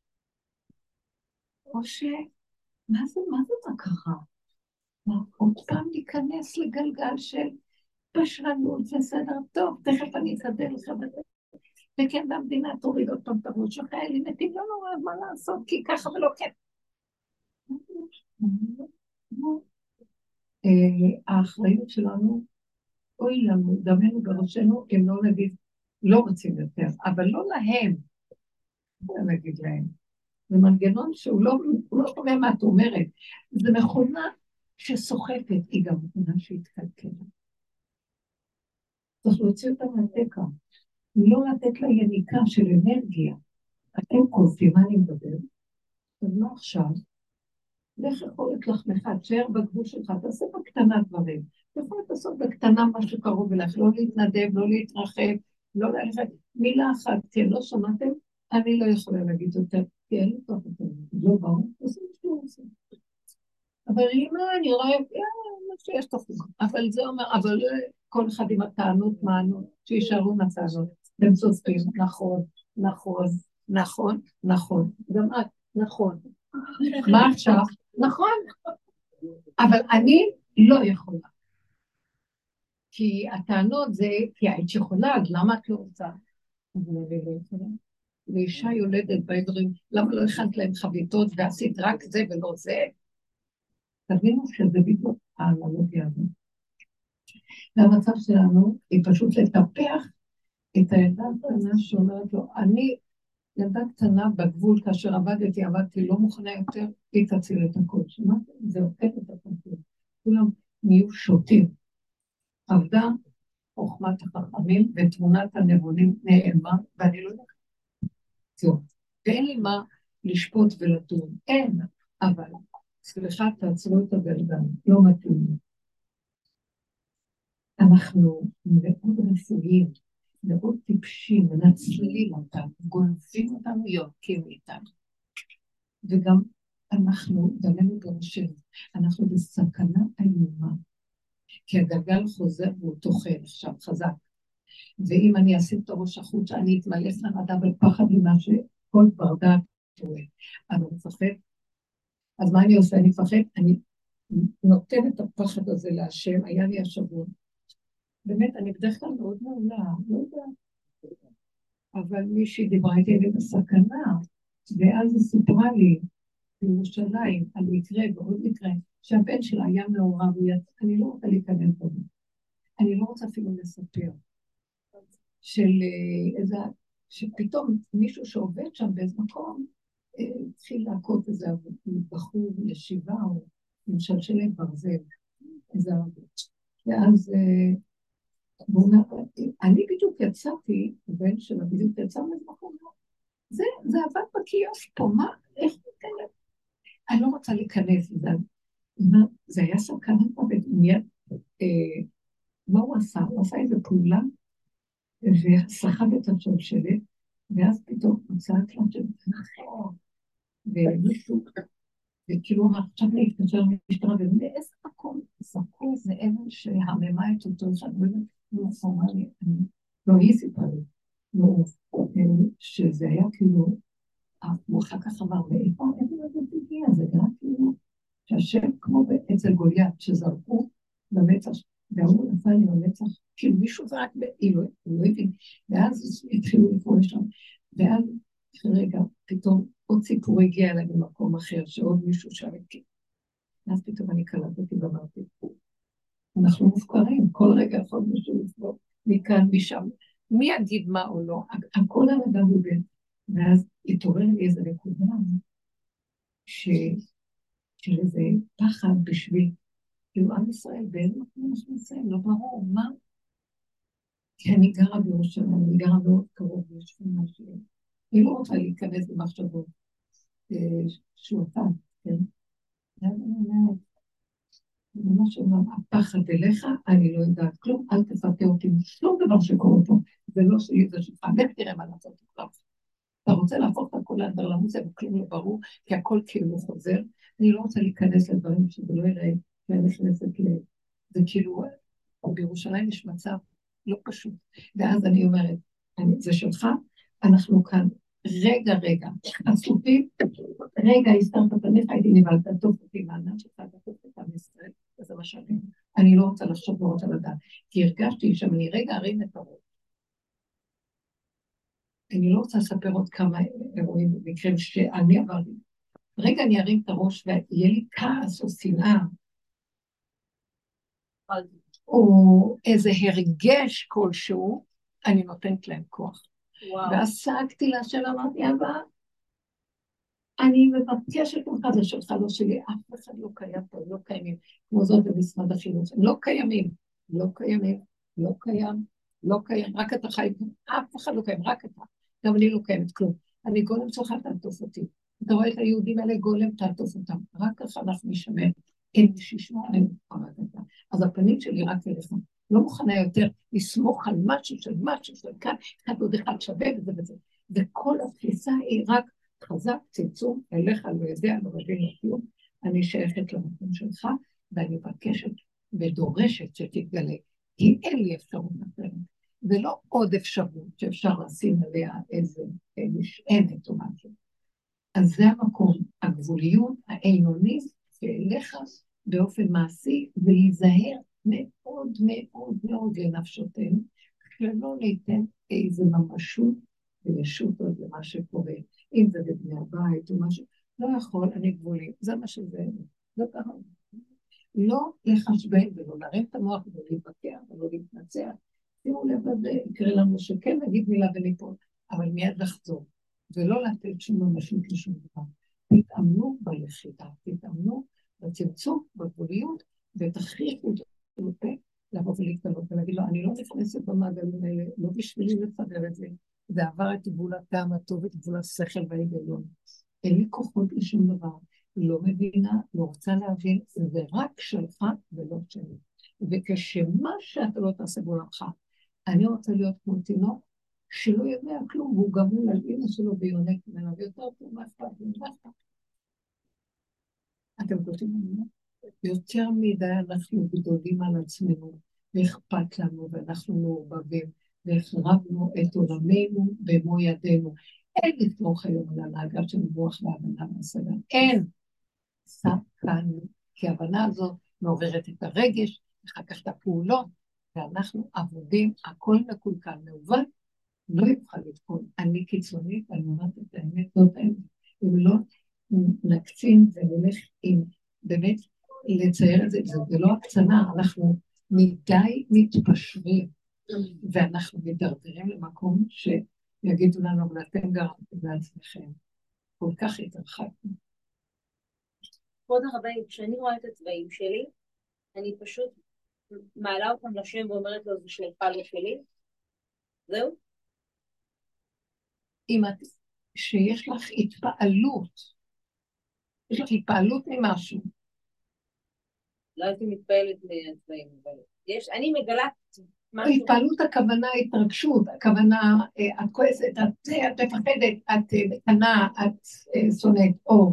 או ש... מה זה, מה זה מה קרה? מה, עוד פעם להיכנס לגלגל של פשרנות וסדר טוב, תכף אני אסדר לך בזה. וכן, והמדינה תוריד עוד פעם את הראש, החיילים מתים, לא נורא, מה לעשות, כי ככה ולא כן. האחריות שלנו, אוי לנו, דמנו בראשנו, אם לא נגיד, לא רוצים יותר, אבל לא להם, לא נגיד להם. זה מנגנון שהוא לא, הוא לא שומע מה את אומרת, זה מכונה שסוחפת, היא גם מכונה שהתקלקלה. צריך להוציא אותה מהתקע, לא לתת לה יניקה של אנרגיה. אתם קולטים, מה אני מדבר? אז לא עכשיו, לך יכולת לחמך, תשאר בגבול שלך, תעשה בקטנה דברים. אתה יכול לעשות בקטנה משהו קרוב אליך, לא להתנדב, לא להתרחב, לא ללכת. מילה אחת, כן, לא שמעתם? אני לא יכולה להגיד יותר, כי אין לי כוח יותר, לא ברור, עושה מה שהוא עושה. אבל אמא, אני רואה, יאללה, מה שיש תוכנית. אבל זה אומר, אבל כל אחד עם הטענות, מענות, שישארו מהטענות. הם צודקים, נכון, נכון, נכון, נכון. גם את, נכון. מה עכשיו? נכון. אבל אני לא יכולה. כי הטענות זה, כי היית יכולה, אז למה את לא רוצה? אבל אני לא יכולה. ואישה יולדת בעברים, למה לא הכנת להם חביתות ועשית רק זה ולא זה? תבינו שזה בדיוק האנלוגיה הזאת. והמצב שלנו היא פשוט לטפח את הילדה הקטנה שאומרת לו, אני ילדה קטנה בגבול, כאשר עבדתי, עבדתי, לא מוכנה יותר, היא תציל את הכל. שמעתם? זה עוקב את הכל. כולם נהיו שוטים. עבדה חוכמת החכמים ותמונת הנבונים נעלמה, ואני לא יודעת. ואין לי מה לשפוט ולדון. אין, אבל סליחה, תעצרו את הגלגל, לא מתאים. אנחנו מאוד רפואיים, מאוד טיפשים, מנצלים אותם, גונבים אותנו, יורקים איתם. וגם אנחנו, דמנו בראשנו, אנחנו בסכנה איומה, כי הגלגל חוזר והוא תוכל עכשיו חזק. ואם אני אשים את הראש החוצה, אני אתמלא חרדה ופחד ממה שכל בר דעת רואה. אבל אני מפחד. אז מה אני עושה? אני מפחד, אני נותן את הפחד הזה להשם, היה לי השבוע. באמת, אני בדרך כלל מאוד מעולה, לא יודעת. אבל מישהי דיברה איתי על הסכנה, ואז היא סיפרה לי בירושלים על מקרה ועוד מקרה, שהבן שלה היה מעורב, אני לא רוצה להיכנס בזה. אני לא רוצה אפילו לספר. של איזה, שפתאום מישהו שעובד שם באיזה מקום, התחיל להכות איזה בחור ישיבה, או למשל שלהם ברזל, איזה הרבה. ואז, אני בדיוק יצאתי, הבן שלה בדיוק יצא מאיזה מקום, זה, זה עבד בקיוסק פה, מה, איך מתקלם? אני לא רוצה להיכנס לזה, זה היה סכנה פה, ומיד, מה הוא עשה? הוא עשה איזה פעולה, וסחב את השלשלת, ואז פתאום מצא את של אחר, ומישהו, וכאילו אמר, עכשיו להתקשר למשטרה, ובאיזה מקום זרקו איזה אבן שהממה את אותו אחד, והוא אמר לי, לא, היא סיפרה לי, שזה היה כאילו, הוא אחר כך אמר, ואיפה האבן הזאת הגיע, זה היה כאילו, שהשם כמו אצל גוליית, שזרקו במצח, והוא נפל לי במצח, כאילו מישהו זרק באילו, הוא לא הבין, ואז התחילו לקרוא לשם, ואז רגע, פתאום עוד סיפור הגיע אליי במקום אחר, שעוד מישהו שם התקיע. ואז פתאום אני קלטתי ואמרתי, אנחנו מופקרים, כל רגע יכול מישהו לפגוע, מכאן, משם, מי יגיד מה או לא, הכל הנדע בבין, ואז התעורר לי איזה נקודה, של איזה פחד בשביל, כאילו עם ישראל, באין מקום אנחנו נמצאים, לא ברור, מה? כי אני גרה בירושלים, אני גרה מאוד קרוב, ויש שכונה שלי. אני לא רוצה להיכנס במחשבות שועתן, כן? ואני אומרת, מה שאומר, הפחד אליך, אני לא יודעת כלום, אל תפתה אותי משום דבר שקורה פה, זה לא שלי, זה שלך, לך תראה מה לעשות עכשיו. אתה רוצה להפוך את הכל לאנדרלמוסיה, וכלום לא ברור, כי הכל כאילו חוזר. אני לא רוצה להיכנס לדברים שזה לא יראה, כי אני נכנסת זה כאילו, בירושלים יש מצב לא פשוט. ואז אני אומרת, אני, זה שלך, אנחנו כאן, רגע, רגע, עסוקים, רגע, הסתרת פניך, הייתי נבלת, טוב אותי מענן שלך, טוב את עם ישראל, וזה מה שאני, אני לא רוצה לחשוב מאוד על הדעת, כי הרגשתי שאני רגע ארים את הראש. אני לא רוצה לספר עוד כמה אירועים ומקרים שאני עברתי. רגע אני ארים את הראש ויהיה לי כעס או שנאה, או איזה הרגש כלשהו, אני נותנת להם כוח. וואו. ואז צעקתי להשם, אמרתי, אבא, אני מבקשת ממך, זה שלך, לא שלי, אף אחד לא קיים פה, לא קיימים, כמו זאת במשרד החינוך, הם לא קיימים, לא קיימים, לא קיים, לא קיים, רק אתה חי, אף אחד לא קיים, רק אתה, גם אני לא קיימת כלום, אני גולם שלך תעטוף אותי, אתה רואה את היהודים האלה גולם תעטוף אותם, רק ככה אנחנו נשמע, אין מי שישמע עלינו, אז הפנים שלי רק אליך, לא מוכנה יותר לסמוך על משהו של משהו של כאן, אחד עוד אחד שווה וזה וזה, וכל התפיסה היא רק חזק, צמצום, אליך, לא יודע, לא מבין לכלום, אני שייכת למקום שלך, ואני מבקשת ודורשת שתתגלה, כי אין לי אפשרות אחרת, ולא עוד אפשרות שאפשר לשים עליה איזה משענת או משהו. אז זה המקום, הגבוליות, העינונית, שאליך באופן מעשי, ולהיזהר מאוד מאוד מאוד לנפשותנו, שלא ניתן איזה ממשות וישות עוד למה שקורה, אם זה בבני הבית או משהו, לא יכול, אני גבולי, זה מה שזה, לא ככה. לא לחשבן ולא להרים את המוח ולא להתבקר ולא להתנצח. שימו לב לזה, יקרה לנו שכן נגיד מילה וניפול, אבל מיד לחזור, ולא לתת שום ממשות לשום דבר. תתאמנו ביחידה, תתאמנו בצמצום, בגבוליות, ותכריחו את הפה לבוא ולהתגלות ולהגיד לו, אני לא נכנסת במעגלים האלה, לא בשבילי לסדר את זה, זה עבר את גבול הטעם הטוב, את גבול השכל וההיגיון. אין לי כוחות לשום דבר, לא מבינה, לא רוצה להבין, זה רק שלך ולא שלי. וכשמה שאתה לא תעשה בעולמך, אני רוצה להיות כמו תינוק, שלא יודע כלום, והוא גמול על אמא שלו ויונק ממנו, ויותר טוב, מה אכפת, מה אכפת. אתם קולטים ממנו? יותר מדי אנחנו גדולים על עצמנו, ואכפת לנו, ואנחנו מעורבבים, והחרבנו את עולמנו במו ידינו. אין לתמוך היום על הנהגה של רוח והבנה והשגה. אין. ספקנו, כי ההבנה הזאת מעוררת את הרגש, אחר כך את הפעולות, ואנחנו עבודים, הכל מקולקל, מעוות, לא יוכל לתקון. אני קיצונית, אני אומרת את האמת, זאת האמת. אם לא נקצין ונלך עם באמת לצייר את זה, זה לא הקצנה, אנחנו מדי מתפשרים, ואנחנו מדרדרים למקום שיגידו לנו, אבל אתם גרמתם לעצמכם. כל כך התרחקנו. כבוד הרבנית, כשאני רואה את הצבעים שלי, אני פשוט מעלה אותם לשם ואומרת לו, זה שלך לא שלי. זהו? אם את, שיש לך התפעלות, יש לך התפעלות ממשהו. לא הייתי מתפעלת מהצבעים, אבל יש, אני מגלה משהו. התפעלות הכוונה, התרגשות, הכוונה, את כועסת, את, את מפחדת, את קטנה, את שונאת, או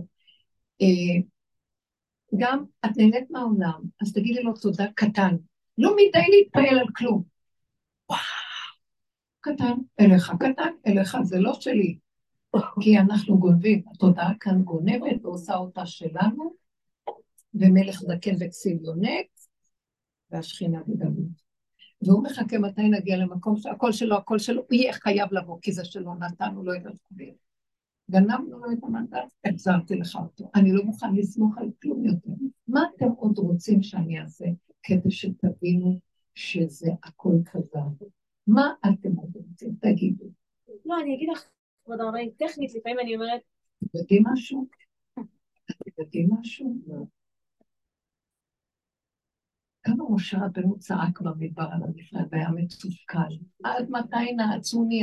גם את נהנית מהעולם, אז תגידי לו תודה קטן, לא מדי להתפעל על כלום. וואו, קטן, אליך קטן, אליך זה לא שלי, כי אנחנו גונבים, התודעה כאן גונבת ועושה אותה שלנו, ומלך זקן וכסיל יונק, והשכינה בגלות. והוא מחכה מתי נגיע למקום שהכל שלו, הכל שלו, הוא יהיה חייב לבוא, כי זה שלו נתנו לו את התחובים. גנבנו לו את המנדט, החזרתי לך אותו. אני לא מוכן לסמוך על כלום יותר. מה אתם עוד רוצים שאני אעשה, כדי שתבינו שזה הכל כזה? מה אתם עוד רוצים? תגידו. לא, אני אגיד לך, כבוד הרבנית, טכנית, לפעמים אני אומרת... אתם יודעים משהו? אתם יודעים משהו? לא. כמה משה רבנו צעק במדבר על המפרד, והיה מתוסכל. עד מתי נעצוני?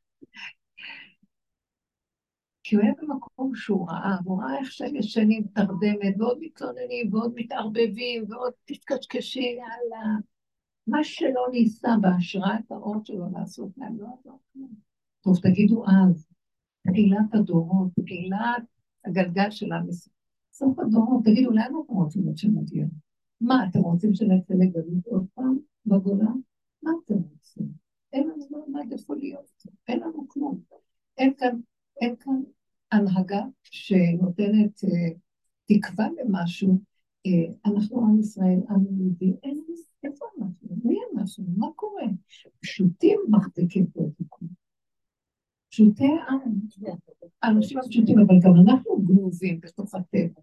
כי הוא היה במקום שהוא ראה, הוא ראה איך שהם ישנים תרדמת, ועוד מתלוננים, ועוד מתערבבים, ועוד תתקשקשים, יאללה. מה שלא ניסה בהשראת האור שלו לעשות להם, לא עזור כלום. טוב, תגידו אז, תחילת הדורות, תחילת הגלגל של עם ישראל. סוף הדורות, תגידו, לאן אנחנו רוצים עוד שנגיע? מה, אתם רוצים שנצא לגלות עוד פעם בגולה? מה אתם רוצים? אין לנו מעמד איפה להיות, אין לנו כלום. אין כאן, אין כאן הנהגה שנותנת אה, תקווה למשהו. אה, אנחנו עם ישראל, עם יהודי, אין לנו, איפה אנחנו? מי אנחנו? מה קורה? פשוטים מחזיקים פה את הכול. פשוטי העם. האנשים הפשוטים, אבל גם אנחנו גנובים בתוך הטבע.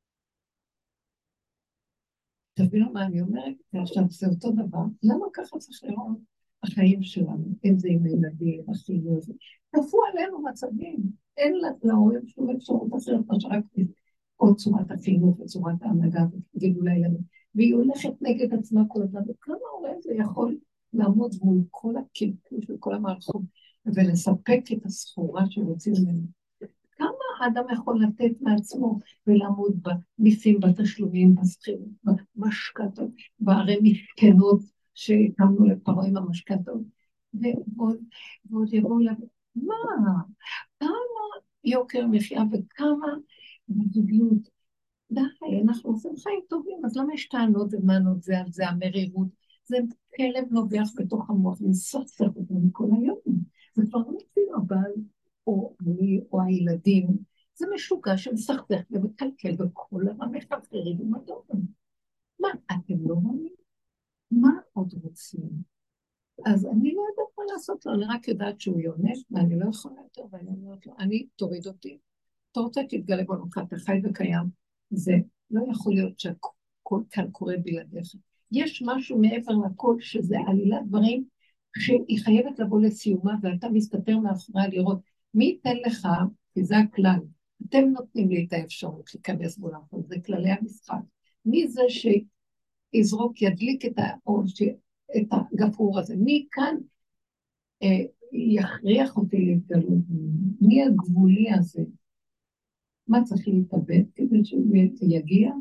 תבינו מה אני אומרת, עכשיו זה אותו דבר, למה ככה צריך לראות החיים שלנו, אם זה עם הילדים, החינוך, כפו עלינו מצבים, אין להורים שום אפשרות אחרת, מה שרק או צורת החינוך וצורת ההנהגה וגדולי ילדים, והיא הולכת נגד עצמה כל הזמן, וכמה הורה זה יכול לעמוד מול כל הקלקול של כל המערכות, ולספק את הסחורה שרוצים ממנו. כמה האדם יכול לתת מעצמו ולעמוד במיסים, בתשלומים, בסחירות, במשכנתות, בערי מסכנות שהקמנו לפרעה עם המשכנתות, ועוד, ועוד יבואו לה, מה? כמה יוקר מחיה וכמה בזוגיות? די, אנחנו עושים חיים טובים, אז למה יש טענות ומנות זה על זה, המרירות? זה כלב נובח בתוך המוח, מספסר אותו מכל היום. זה כבר לא אפילו הבעל. או אני, או הילדים, זה משוגע שמסכסך ומקלקל בכל המחברים ומדורים. מה, אתם לא מאמינים? מה עוד רוצים? אז אני לא יודעת מה לעשות לו, אני רק יודעת שהוא יונק, ואני לא יכולה יותר, ואני אומרת לו, אני תוריד אותי. אתה רוצה תתגלה בנוקה, אתה חי וקיים, זה לא יכול להיות שהכל כאן קורה בלעדיך. יש משהו מעבר לכל שזה עלילת דברים, שהיא חייבת לבוא לסיומה, ואתה מסתתר מאחוריה לראות, מי ייתן לך, כי זה הכלל, אתם נותנים לי את האפשרות להיכנס בו לאחור, זה כללי המשחק. מי זה שיזרוק, ידליק את האור, את הגפרור הזה? מי כאן אה, יכריח אותי להתגלות? מי הגבולי הזה? מה צריך להתאבד כדי שהוא יגיע?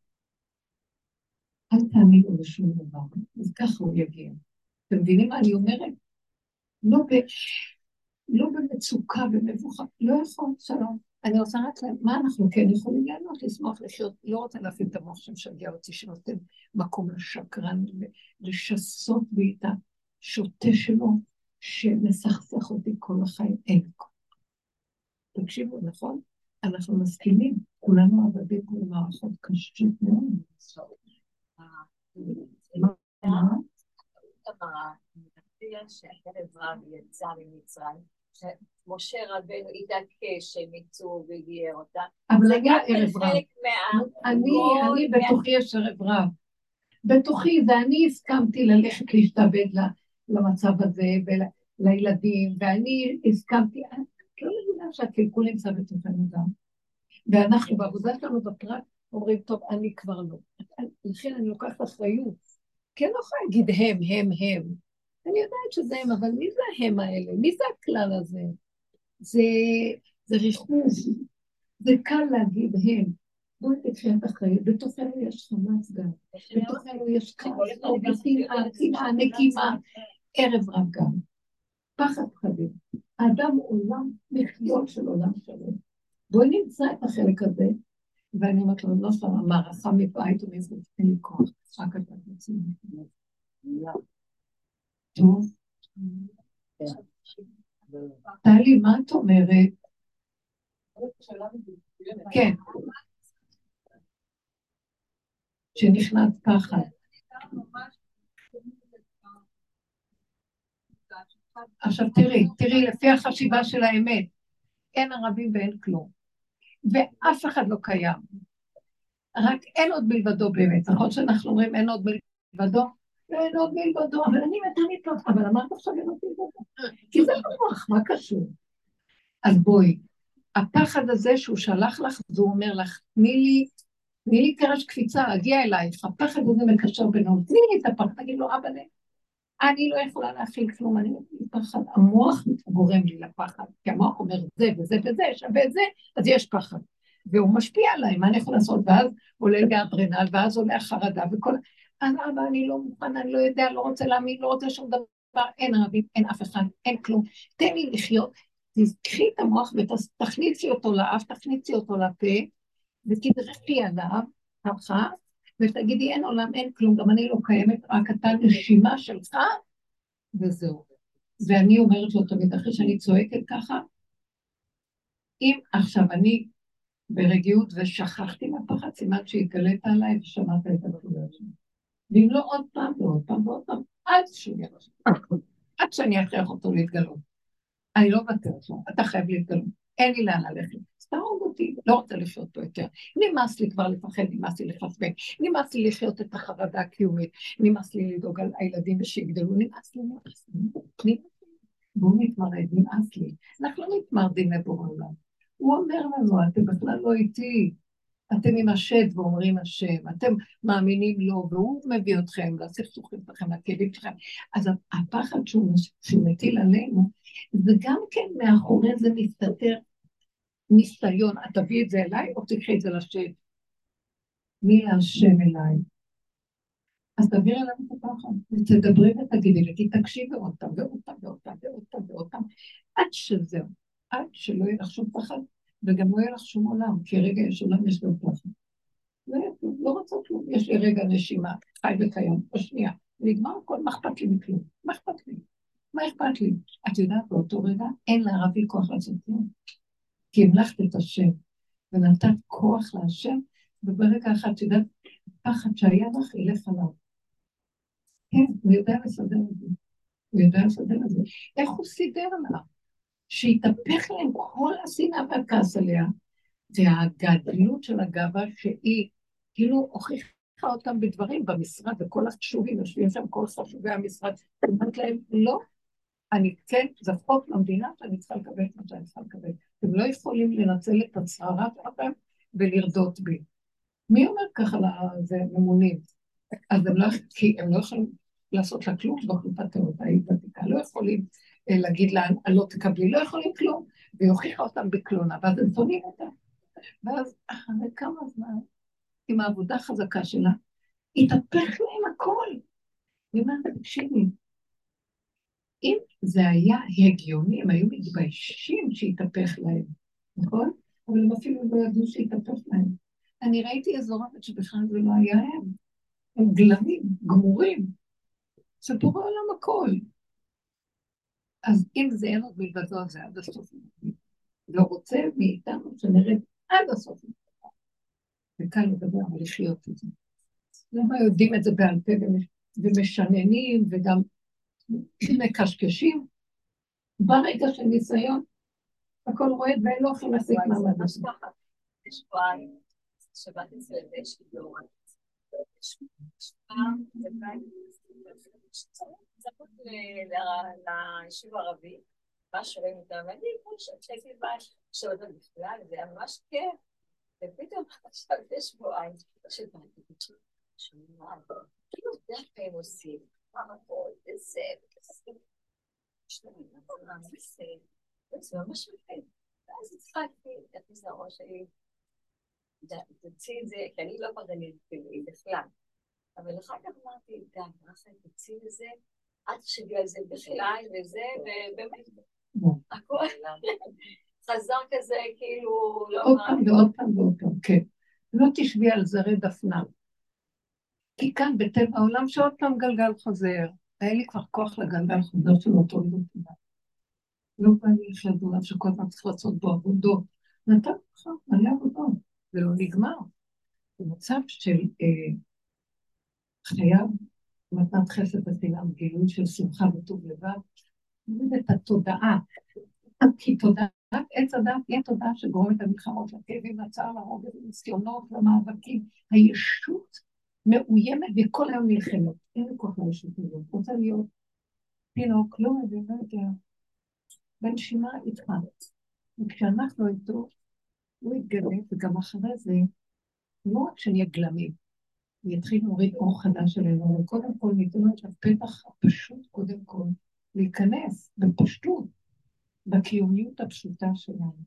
אל תאמינו לשום דבר, אז ככה הוא יגיע. אתם מבינים מה אני אומרת? לא ב... לא במצוקה ומבוכה, לא יכול, שלום. אני רוצה רק להם, מה אנחנו כן יכולים לענות, לשמוח לחיות, לא רוצה להפעיל את המוח שמשגע אותי, שנותן מקום לשקרן, לשסות בי את השוטה שלו, שמסכסך אותי כל החיים, אין כוח. תקשיבו, נכון? אנחנו מסכימים, כולנו עבדים כל מערכות קשות מאוד. מה? שהערב רב יצא ממצרים, שמשה רבנו התעקש שהם יצאו וגייר אותה. אבל היה ערב רב. אני בתוכי יש ערב רב. בתוכי זה אני הסכמתי ללכת להשתעבד למצב הזה ולילדים, ואני הסכמתי, לא מבינה שהקלקול נמצא בתוכנו גם. ואנחנו בעבודה שלנו בפרט אומרים, טוב, אני כבר לא. לכן אני לוקחת אחריות. כן, לא יכולה להגיד הם, הם, הם. אני יודעת שזה הם, אבל מי זה הם האלה? מי זה הכלל הזה? זה, זה ריחוש. זה קל להגיד הם. בואי תקחי את החיים. בתוכנו יש חמאס גם. בתוכנו יש כעס, או בשנאה, שנאה, נקימה. ערב רב גם. פחד חדים. האדם הוא עולם מכלול של עולם שלם. בואי נמצא את החלק הזה, ואני אומרת לו, לא שם, המערכה מבית ומזאת, אין לי כוח. רק אתה רוצים. טוב. טלי, מה את אומרת? כן. שנכנס פחד. עכשיו תראי, תראי, לפי החשיבה של האמת, אין ערבים ואין כלום. ואף אחד לא קיים. רק אין עוד מלבדו באמת. נכון שאנחנו אומרים אין עוד מלבדו? אין עוד מלבדו, אבל אני מתנית לו. אבל אמרת עכשיו אין עוד מלבדו. כי זה מוח, מה קשור? אז בואי, הפחד הזה שהוא שלח לך, זה אומר לך, תני לי, תני לי קרש קפיצה, אגיע אלייך. הפחד הזה מקשר בינו, תני לי את הפחד, תגיד לו, אבא, אני לא יכולה להכיל כלום, אני פחד, המוח גורם לי לפחד, כי המוח אומר זה וזה וזה, שווה זה, אז יש פחד. והוא משפיע עליי, מה אני יכול לעשות? ואז עולה גאדרנל, ואז עולה החרדה, וכל... אז אבא, אני לא מוכן, אני לא יודע, לא רוצה להאמין, לא רוצה שום דבר, אין ערבים, אין אף אחד, אין כלום. תן לי לחיות, תקחי את המוח ותכניסי אותו לאף, תכניסי אותו לפה, ותדרכי עליו, ככה, ותגידי אין עולם, אין כלום, גם אני לא קיימת, רק אתה נשימה שלך, וזהו. ואני אומרת לו תמיד, אחרי שאני צועקת ככה, אם עכשיו אני ברגיעות ושכחתי מהפחד, סימן שהתגלית עליי ושמעת את הנקודה שלי. ואם לא עוד פעם ועוד פעם ועוד פעם, עד שהוא ירש. עד שאני אכריח אותו להתגלות. אני לא בטוח לו, אתה חייב להתגלות. אין לי לאן ללכת. תהרוג אותי, לא רוצה לחיות פה יותר. נמאס לי כבר לפחד, נמאס לי לחסבן, נמאס לי לחיות את החרדה הקיומית, נמאס לי לדאוג על הילדים ושיגדלו, נמאס לי, נמאס לי, נמאס לי. בואו נתמרד, נמאס לי. אנחנו לא מתמרדים לבורא עולם. הוא אומר לנו, אתם בכלל לא איתי. אתם עם השד ואומרים השם, אתם מאמינים לו, והוא מביא אתכם לסכסוכים שלכם, לכאבים שלכם. אז הפחד שהוא מטיל עלינו, וגם כן מאחורי זה מסתתר ניסיון, את תביא את זה אליי או תקחי את זה לשם? מי להשם אליי? אז תעביר אליו את הפחד, ותדברי ותגידי לי, כי תקשיבי אותם ואותם ואותם ואותם ואותם, עד שזהו, עד שלא יהיה לך שום פחד, וגם לא יהיה לך שום עולם, כי רגע יש עולם, יש גם פחד. לא, לא רוצה כלום, יש לי רגע נשימה, חי וקיים, בשנייה, נגמר הכל, מה אכפת לי מכלום? מה אכפת לי? מה אכפת לי? את יודעת, באותו רגע אין לערבי כוח לעשות כלום, כי המלכת את השם, ונתת כוח להשם, וברגע אחד, את יודעת, פחד שהיה לך, ילך עליו. כן, הוא יודע לסדר את זה, הוא יודע לסדר את זה. איך הוא סידר לה? שהתהפך להם כל השנאה והכעס עליה, והגדלות של הגאווה שהיא, כאילו הוכיחה אותם בדברים במשרד, וכל התשובים יושבים שם, כל חשובי המשרד, אומרת להם, לא, אני כן, זה חוק למדינה שאני צריכה לקבל את מה שאני צריכה לקבל. אתם לא יכולים לנצל את הצררה שלכם ולרדות בי. מי אומר ככה לזה ממונים? אז הם לא, כי הם לא יכולים לעשות לה כלום בחופת האוטאית ותיקה, לא יכולים להגיד לה, לא תקבלי, לא יכולים כלום, והיא הוכיחה אותם בקלונה, ואז הם שונאים אותם. ואז אחרי כמה זמן, עם העבודה החזקה שלה, התהפך להם הכל. היא אומרת, תקשיבי, אם זה היה הגיוני, הם היו מתביישים שהתהפך להם, נכון? אבל הם אפילו לא ידעו שהתהפך להם. אני ראיתי איזו רבת שבכלל זה לא היה הם. הם גלמים, גמורים. זה בורא עולם הכל. אז אם זה אין עוד מלבדו, זה עד הסוף. לא רוצה מאיתנו שנרד עד הסוף. וקל לדבר ולחיות את זה. למה יודעים את זה בעל פה ומשננים וגם מקשקשים? ברגע של ניסיון, הכל רועד ואין לא יכולים להסיק מעמד הזה. יש פעם, שבת אצל יש גדורית. יש פעם, זה פעם, צפות ליישוב ערבי, מה שרואים אותם, ואני כמו שהייתי לבית, שעודם בכלל, זה היה ממש כיף, ופתאום עכשיו יש בועיים, שבאתי בצורה, שומעת, כאילו דווקא הם עושים, מה הכל, וזה, וזה, שלמים, זה ממש מפעיל. ואז הצחקתי, תכניס לראש שלי, תוציא את זה, כי אני לא פרדנית בכלל. אבל אחר כך אמרתי, די, רחל, תוציא את זה, אל תחשבי על זה בכלל, וזה, ובאמת, הכל חזר כזה, כאילו, לא עוד פעם ועוד פעם ועוד פעם, כן. לא תשבי על זרי דפנה. כי כאן בטבע העולם שעוד פעם גלגל חוזר, היה לי כבר כוח לגלגל חוזר של אותו לדעת. לא בא לי לחיות בעולם שכל פעם צריך לעשות בו עבודות. נתן לך מלא עבודות, ולא נגמר. במצב של אה, חייו, מתנת חסד ותהילה, גילוי של שמחה וטוב לבד, נגיד את התודעה, כי תודעת עץ הדת היא התודעה שגורמת למלחמות, לכאבים, לצער, לרוגז, לניסיונות, למאבקים. הישות מאוימת וכל היום נלחמת. אין לי כוח לישות הזאת. רוצה להיות תינוק, לא מבין, לא יודע. בנשימה איתך. וכשאנחנו איתו, הוא יתגלה, וגם אחרי זה, לא רק שנהיה גלמים, הוא יתחיל להוריד אור חדש עלינו, וקודם כל ניתן את הפתח הפשוט, קודם כל, להיכנס בפשטות, בקיומיות הפשוטה שלנו.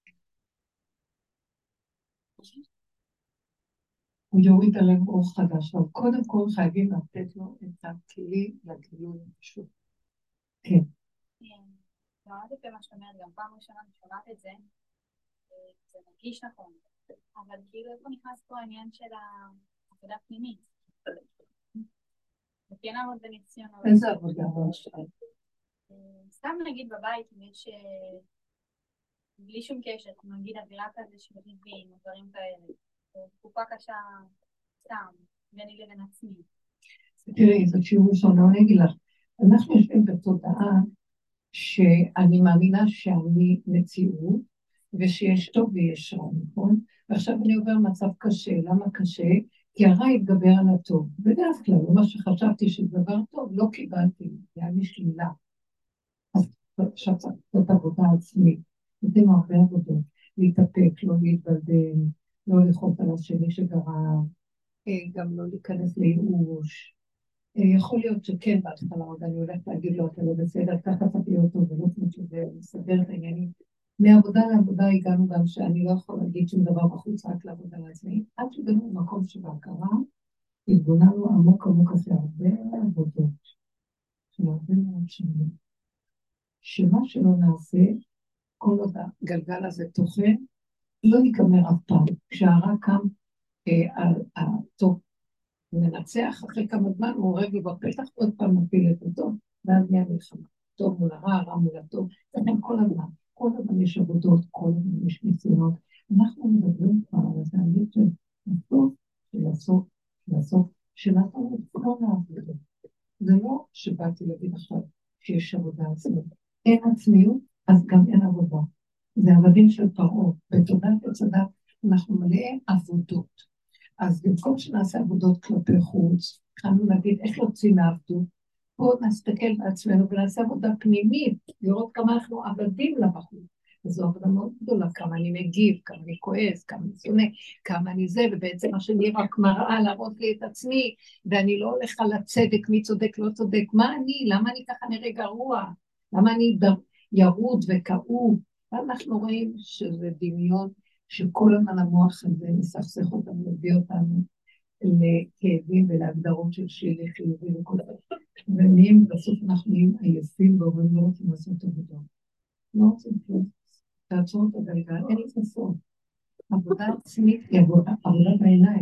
הוא יוריד עלינו אור חדש, אבל קודם כל חייבים לתת לו את הכלי לגילוי הפשוט. כן. מאוד יפה מה שאומרת, גם פעם ראשונה אני שומעת את זה, זה מרגיש נכון, אבל כאילו איפה נכנס פה העניין של עבודה פנימית. וכן לעבוד בניסיונות. איזה עבודה עכשיו? סתם נגיד בבית, אם יש בלי שום קשר, כמו נגיד אווירה כזה שמגיבים, או דברים כאלה, או תקופה קשה סתם, ביני לבין עצמי. תראי, זאת שיעור ראשון, אני אגיד לך, אנחנו יושבים בתודעה שאני מאמינה שאני מציאות, ושיש טוב ויש רע, נכון? ועכשיו אני עובר מצב קשה, למה קשה? כי הרע יתגבר על הטוב. בדרך כלל, מה שחשבתי שזה דבר טוב, לא קיבלתי, זה היה לי שלילה. אז עכשיו זאת עבודה עצמית. נותנים הרבה עבודות, להתאפק, לא להתבלבל, לא לחוץ על השני שגרם, גם לא להיכנס לייאוש. יכול להיות שכן בהתחלה עוד אני הולכת להגיד לו, אתה לא בסדר, ככה תביא אותו, ולא כמו שזה מסדר את העניינים. מעבודה לעבודה הגענו גם שאני לא יכול להגיד שום דבר בחוץ רק לעבודה לעצמי, עד שגנו במקום שבהכרה, התבוננו עמוק עמוק אחרי הרבה עבודות, של הרבה מאוד שנים, שמה שלא נעשה, כל עוד הגלגל הזה תוכן, לא ייגמר אף פעם. כשהרע קם, הטוב מנצח, אחרי כמה זמן הוא הורג לי בפתח, עוד פעם מפיל את הטוב, ואז נהיה מלחמה. טוב מול הרע, הרע מול הטוב, לכן כל הזמן, כל הזמן יש עבודות, כל הזמן יש ניסיונות. אנחנו מדברים כבר על זה, אני חושב, בסוף, של הסוף, של הסוף, שנתנו את כל העבודות. זה לא שבאתי להגיד עכשיו שיש עבודה עצמית. אין עצמיות, אז גם אין עבודה. זה עבדים של פרעה, בתודעת וצדת, אנחנו מלאים עבודות. אז במקום שנעשה עבודות כלפי חוץ, התחלנו להגיד איך יוצאים מעבדות, בואו נסתכל בעצמנו ונעשה עבודה פנימית, לראות כמה אנחנו עבדים לבחור. וזו עבודה מאוד גדולה, כמה אני מגיב, כמה אני כועס, כמה אני שונא, כמה אני זה, ובעצם מה שאני רק מראה להראות לי את עצמי, ואני לא הולך על הצדק, מי צודק, לא צודק, מה אני, למה אני ככה נראה גרוע, למה אני ירוד וכאוב, ואנחנו רואים שזה דמיון, שכל הזמן המוח הזה מסכסך אותנו, מביא אותנו לכאבים ולהגדרות של שלילי חיובי וכל זה. ונהיים, בסוף אנחנו נהיים עייפים ואומרים לא רוצים לעשות עבודה. לא רוצים כלום. תעצור את הגלגל, אין לזה סוף. עבודה עצמית היא עבודה, עבודה בעיניים.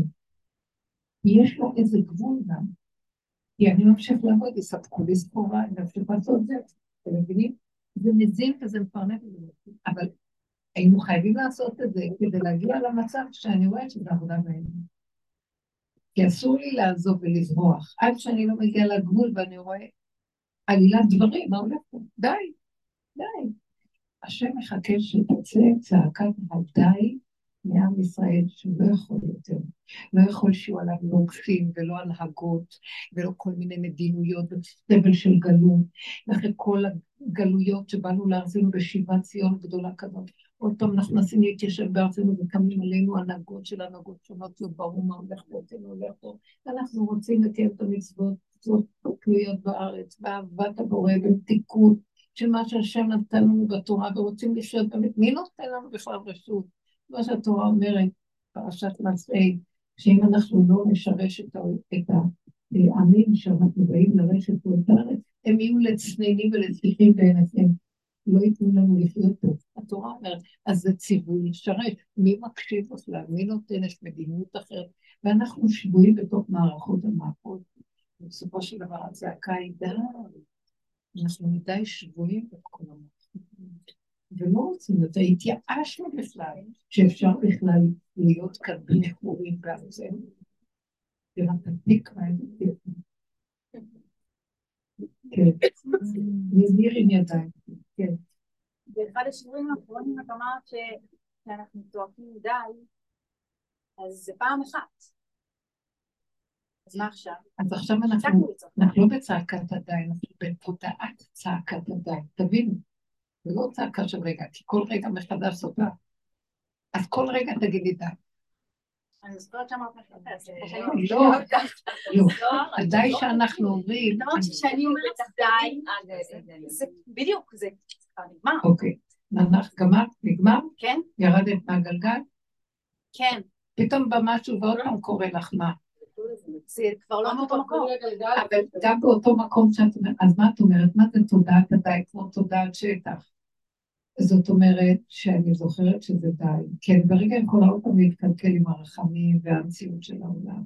יש לה איזה גבול גם. כי אני ממשיך לעבוד, יספקו לי סחורה, אני ממשיך לעשות זה. אתם מבינים? זה מזין וזה מפרנף וזה. אבל היינו חייבים לעשות את זה כדי להגיע למצב שאני רואה שזה עבודה בעיניים. כי אסור לי לעזוב ולזרוח, עד שאני לא מגיעה לגבול ואני רואה עלילת דברים, מה הולך פה? די, די. השם מחכה שתצא צעקת די מעם ישראל שהוא לא יכול יותר. לא יכול שיהיו עליו נוגפים ולא הנהגות ולא כל מיני מדינויות וסבל של גלות. אחרי כל הגלויות שבאנו לארצנו בשיבת ציון גדולה כזאת. עוד פעם אנחנו נסים להתיישב בארצנו וקמים עלינו הנהגות של הנהגות שונות, לא ברור מה הולך פה, לא הולך פה. ואנחנו רוצים לקיים את המצוות, מצוות תלויות בארץ, באהבת הבורא, בתיקון של מה שהשם נתן לנו בתורה, ורוצים לחיות באמת. מי נותן לנו בכלל רשות? מה שהתורה אומרת, פרשת מסעי, שאם אנחנו לא נשרש את העמים שאנחנו באים לרשת פה את הארץ, הם יהיו לצנינים ולצליחים בעיניהם. לא ייתנו לנו לחיות פה. התורה אומרת, אז זה ציווי לשרת. מי מקשיב בכלל? מי נותן את מדיניות אחרת? ואנחנו שבויים בתוך מערכות המערכות. בסופו של דבר, הצעקה היא די. אנחנו מדי שבויים בכל המערכות. ולא רוצים יותר, התייאשנו בכלל, שאפשר בכלל להיות כאן בני חורים בארצנו. ורק התקווה איזה תקווה. כן. נזמיר עם ידיים. כן. באחד השיעורים האחרונים את אמרת שאנחנו צועקים די, אז זה פעם אחת. אז מה עכשיו? אז עכשיו אנחנו, אנחנו לא בצעקת הדי, אנחנו בתודעת צעקת הדי. תבינו, זה לא צעקה של רגע, כי כל רגע מחדש סופה. אז כל רגע תגידי די. אני זוכרת שאמרת מחדש. לא, לא. הדי שאנחנו אומרים... אמרת שאני אומרת די, זה בדיוק, זה נגמר. אוקיי, גמר, נגמר? כן. ירדת מהגלגל? כן. פתאום בא משהו ועוד פעם קורא לך מה? זה כבר לא באותו מקום. אבל גם באותו מקום שאת אומרת, אז מה את אומרת? מה זה תודעת הדי כמו תודעת שטח? זאת אומרת שאני זוכרת שזה די. כן, ברגע יכולה אותם להתקלקל עם הרחמים והמציאות של העולם.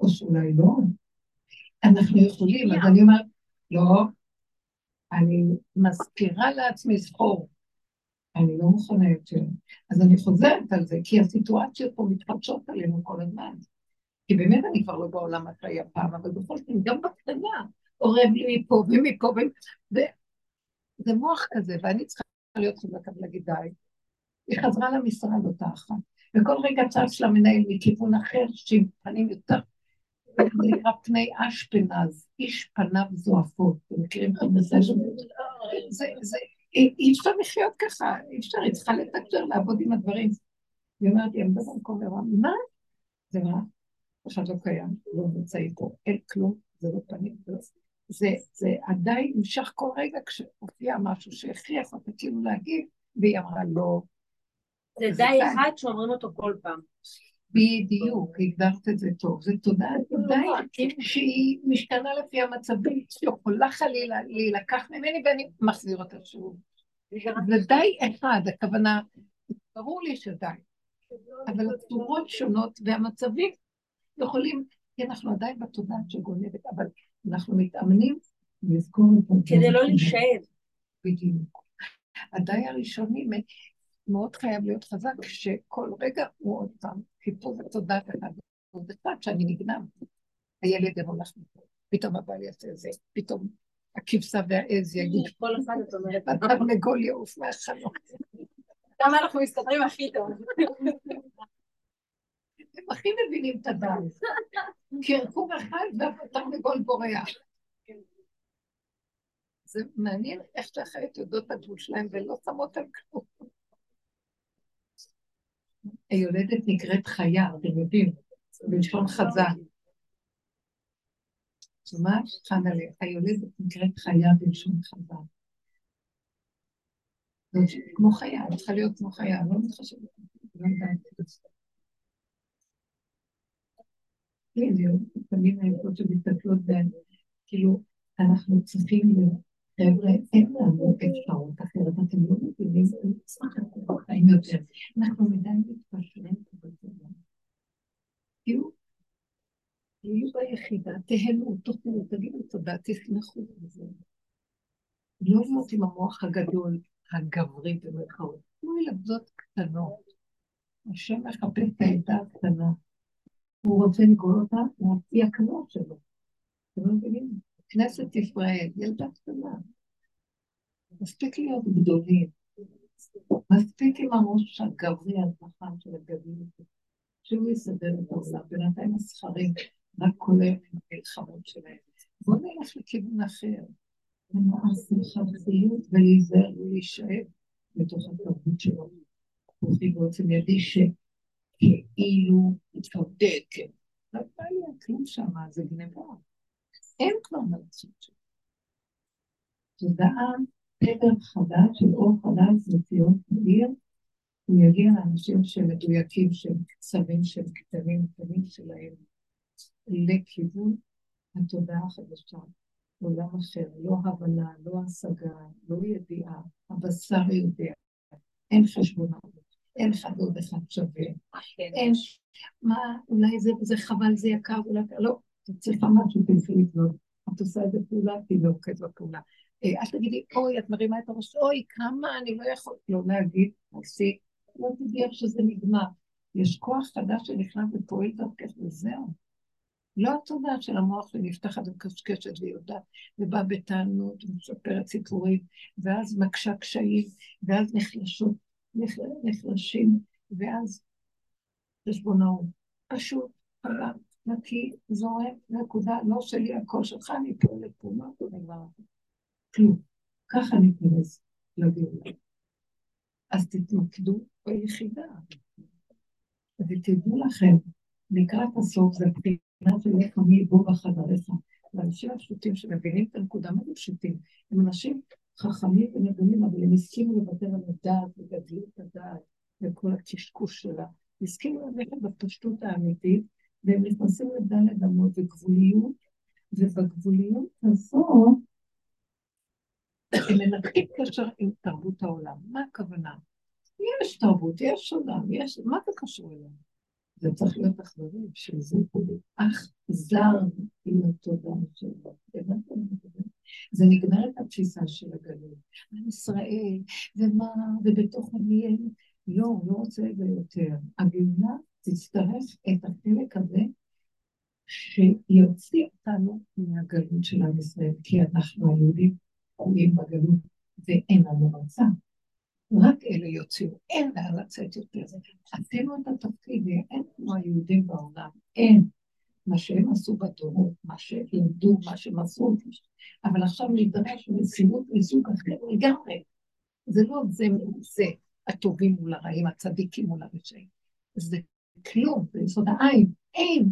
או שאולי לא. אנחנו יכולים, אז אני אומרת, לא, אני מזכירה לעצמי זכור, אני לא מוכנה יותר. אז אני חוזרת על זה, כי הסיטואציות פה מתחדשות עלינו כל הזמן. כי באמת אני כבר לא בעולם אחרי הפעם, אבל בכל זאת, גם בקטנה, עורב לי מפה ומפה, וזה מוח כזה, ואני צריכה להיות חזקה ולהגיד די. היא חזרה למשרד אותה אחת, וכל רגע צץ לה מנהל מכיוון אחר, שעם פנים יותר, זה נקרא פני אשפנז, איש פניו זועפות, אתם מכירים את הנושא הזה? זה, אי אפשר לחיות ככה, אי אפשר, היא צריכה לתקשר, לעבוד עם הדברים. היא אומרת, היא עמדה במקום ואמרה, מה? זה מה? אחד לא קיים, לא נמצא איתו, אין כלום, זה לא פנים, זה, זה עדיין נמשך כל רגע כשהופיע משהו שהכריח אותה כאילו להגיב, והיא אמרה לא. זה די אחד שאומרים אותו כל פעם. בדיוק, הגדרת את זה טוב, זה תודעה, די שהיא משתנה לפי המצבים, שיכולה חלילה להילקח ממני ואני מחזיר אותה שוב. ודי אחד, הכוונה, ברור לי שדי, אבל הצורות שונות והמצבים יכולים, כי אנחנו עדיין בתודעה שגונבת, אבל אנחנו מתאמנים לזכור את זה. כדי לא להישאר. בדיוק. הדי הראשוני מאוד חייב להיות חזק, שכל רגע הוא עוד פעם, חיפור ותודעת אחד, עוד אחד שאני נגנם. הילד הולך מפה, פתאום הבעל יעשה זה, פתאום הכבשה והעז יגיד, כל אחד את אומרת. התרנגול יעוף מהחלום. כמה אנחנו מסתדרים הכי טוב. הם הכי מבינים את הדעת. כי ירקום אחד והתרנגול בורח. זה מעניין איך שהחיות יודעות את הגבול שלהם ולא שמות על כלום. היולדת נקראת חיה, אתם יודעים, בלשון חזה. ממש חד עליה, היולדת נקראת חיה בלשון חזה. כמו חיה, היא צריכה להיות כמו חיה, לא מתחשבת. לא יודעת. בדיוק, תמיד היכולת שמסתכלות בהן, כאילו, אנחנו צריכים, חבר'ה, אין לנו אפשרות אחרת, אתם לא מבינים, אני צריכה בחיים יותר. אנחנו מדי מתפשרים בצבא. תהיו, תהיו ביחידה, תהנו, תוכלו, תגידו תודה, תשמחו בזה. לא להיות עם המוח הגדול, הגברי במרכאות, כמו ילדות קטנות. השם מחפש את הילדה הקטנה. הוא רוצה לגרול אותה, הוא הוציא הקנות שלו. אתם לא מבינים? כנסת ישראל, ילדה קטנה. מספיק להיות גדולים. מספיק עם הראש הגברי הזכן של הגדולים. שהוא יסדר את העולם, בינתיים הסחרים, רק כולל מלחמות שלהם. בואו נלך לכיוון אחר. למעש שמחתיות ולהיזהר ולהישאב בתוך התרבות שלו. כוחי בעצם ידי שכאילו צודקת. לא בא לי הכלום שם, זה גנבה. אין כבר מלצות שלו. תודעה, תדר חדש של אור חדש מציאות מאיר, הוא יגיע לאנשים שמדויקים, שהם קצרים, שהם קטנים, קטנים שלהם, לכיוון התודעה החדשה. עולם אחר, לא הבנה, לא השגה, לא ידיעה, הבשר יודע, אין חשבונות, אין אחד עוד אחד שווה, אין, מה, אולי זה, זה חבל, זה יקר, אולי, לא, אתה צריכה משהו תלכי לבנות, את עושה איזה פעולה, תהי מרוכז בפעולה. אל תגידי, אוי, את מרימה את הראש, אוי, כמה אני לא יכול, לא להגיד, עשי, לא תדעי איך שזה נגמר. יש כוח חדש שנכנס ופועל דרכך וזהו. לא התודעה של המוח שנפתחת וקשקשת ויודעת, ובאה בטענות ומשפרת סיפורים, ואז מקשה קשיים, ואז נחלשות, נחלשים, ואז חשבונאות. פשוט, חלם, נקי, זורם, נקודה, לא שלי, הכל שלך, אני פועלת פה, מה אתה נגמר? כלום. ככה ניכנס לגאולה. אז תתמקדו ביחידה. ותדעו לכם, לקראת הסוף זה בחינה של איך אני בוא בחדריך. ואנשים הפשוטים שמבינים את הנקודה, מה הם פשוטים? הם אנשים חכמים ונדונים, אבל הם הסכימו לוותר על הדעת וגדלו את הדעת וכל הקשקוש שלה. הסכימו ללכת בפשטות האמיתית, והם נכנסים לדלת אמות וגבוליות, ובגבוליות הזאת הם מנתקים קשר עם תרבות העולם. מה הכוונה? יש תרבות, יש עולם, יש... מה זה קשור אלינו? זה צריך להיות אכזרי, שזה אך זר עם התודעה שלו. זה נגמר את התפיסה של הגלות. עם ישראל, ומה, ובתוך המיין, לא, הוא לא רוצה את זה יותר. הגאולה תצטרף את החלק הזה, שיוציא אותנו מהגלות של עם ישראל, כי אנחנו היהודים תקועים בגלות, ואין לנו מצב. רק אלה יוציאו, אין לאן לצאת יותר. עשינו את התפקיד, אין כמו היהודים בעולם, אין. מה שהם עשו בדורות, מה שהם למדו, מה שהם עשו, אבל עכשיו נדרש מסירות מסוג אחר לגמרי. זה לא זה זה, הטובים מול הרעים, הצדיקים מול הרשעים. זה כלום, זה יסוד העין, אין.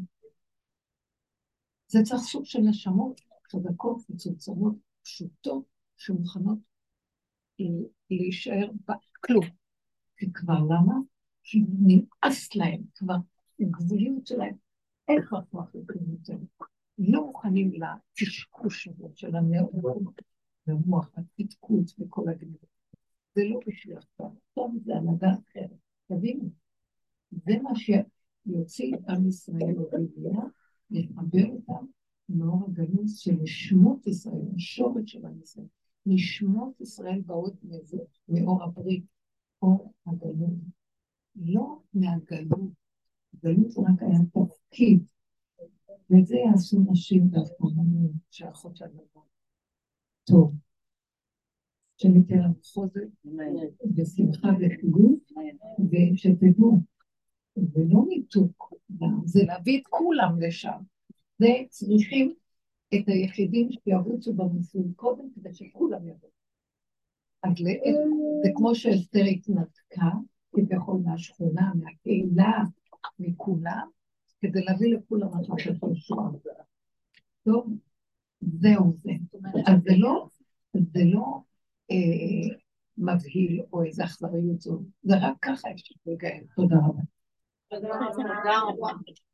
זה צריך סוג של נשמות, חזקות, מצומצמות, פשוטות, שמוכנות להישאר בכלום. כי כבר למה? כי נמאס להם, כבר הגבוליות שלהם, אין כבר כוח לקרוא יותר. לא מוכנים לקשקוש הזה של הנאורות, והמוח, התפקוד וכל הגניבות. זה לא בשביל עכשיו, טוב זה הנהגה אחרת. תבינו, זה מה שיוציא עם ישראל בגאולה, לחבר אותם מאור הגלות של נשמות ישראל, השורש של עם ישראל. נשמות ישראל באות מאור הברית, אור הגלות. לא מהגלות, גלות רק היה תפקיד, ואת זה יעשו נשים והפרמונים שאחות של דבר. טוב, שניתן לנו חוזק ושמחה וחיגות, ושתדעו, ולא ניתוק, זה להביא את כולם לשם. זה צריכים את היחידים שירוצו במסלול קודם, כדי שכולם ירוצו. אז זה כמו שאסתר התנתקה, כביכול מהשכונה, מהקהילה, מכולם, כדי להביא לכולם אחר כך לשואה. טוב, זהו זה. אז זה לא, זה לא אה, מבהיל או איזה אכזריות זו, זה רק ככה יש לגאל. תודה רבה. תודה רבה.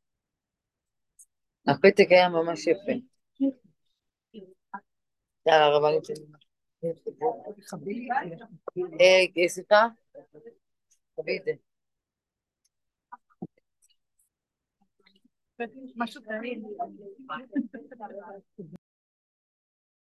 הפתק היה ממש יפה. יאללה, רבה לי. אה, סליחה? תביא את זה. משהו קטן.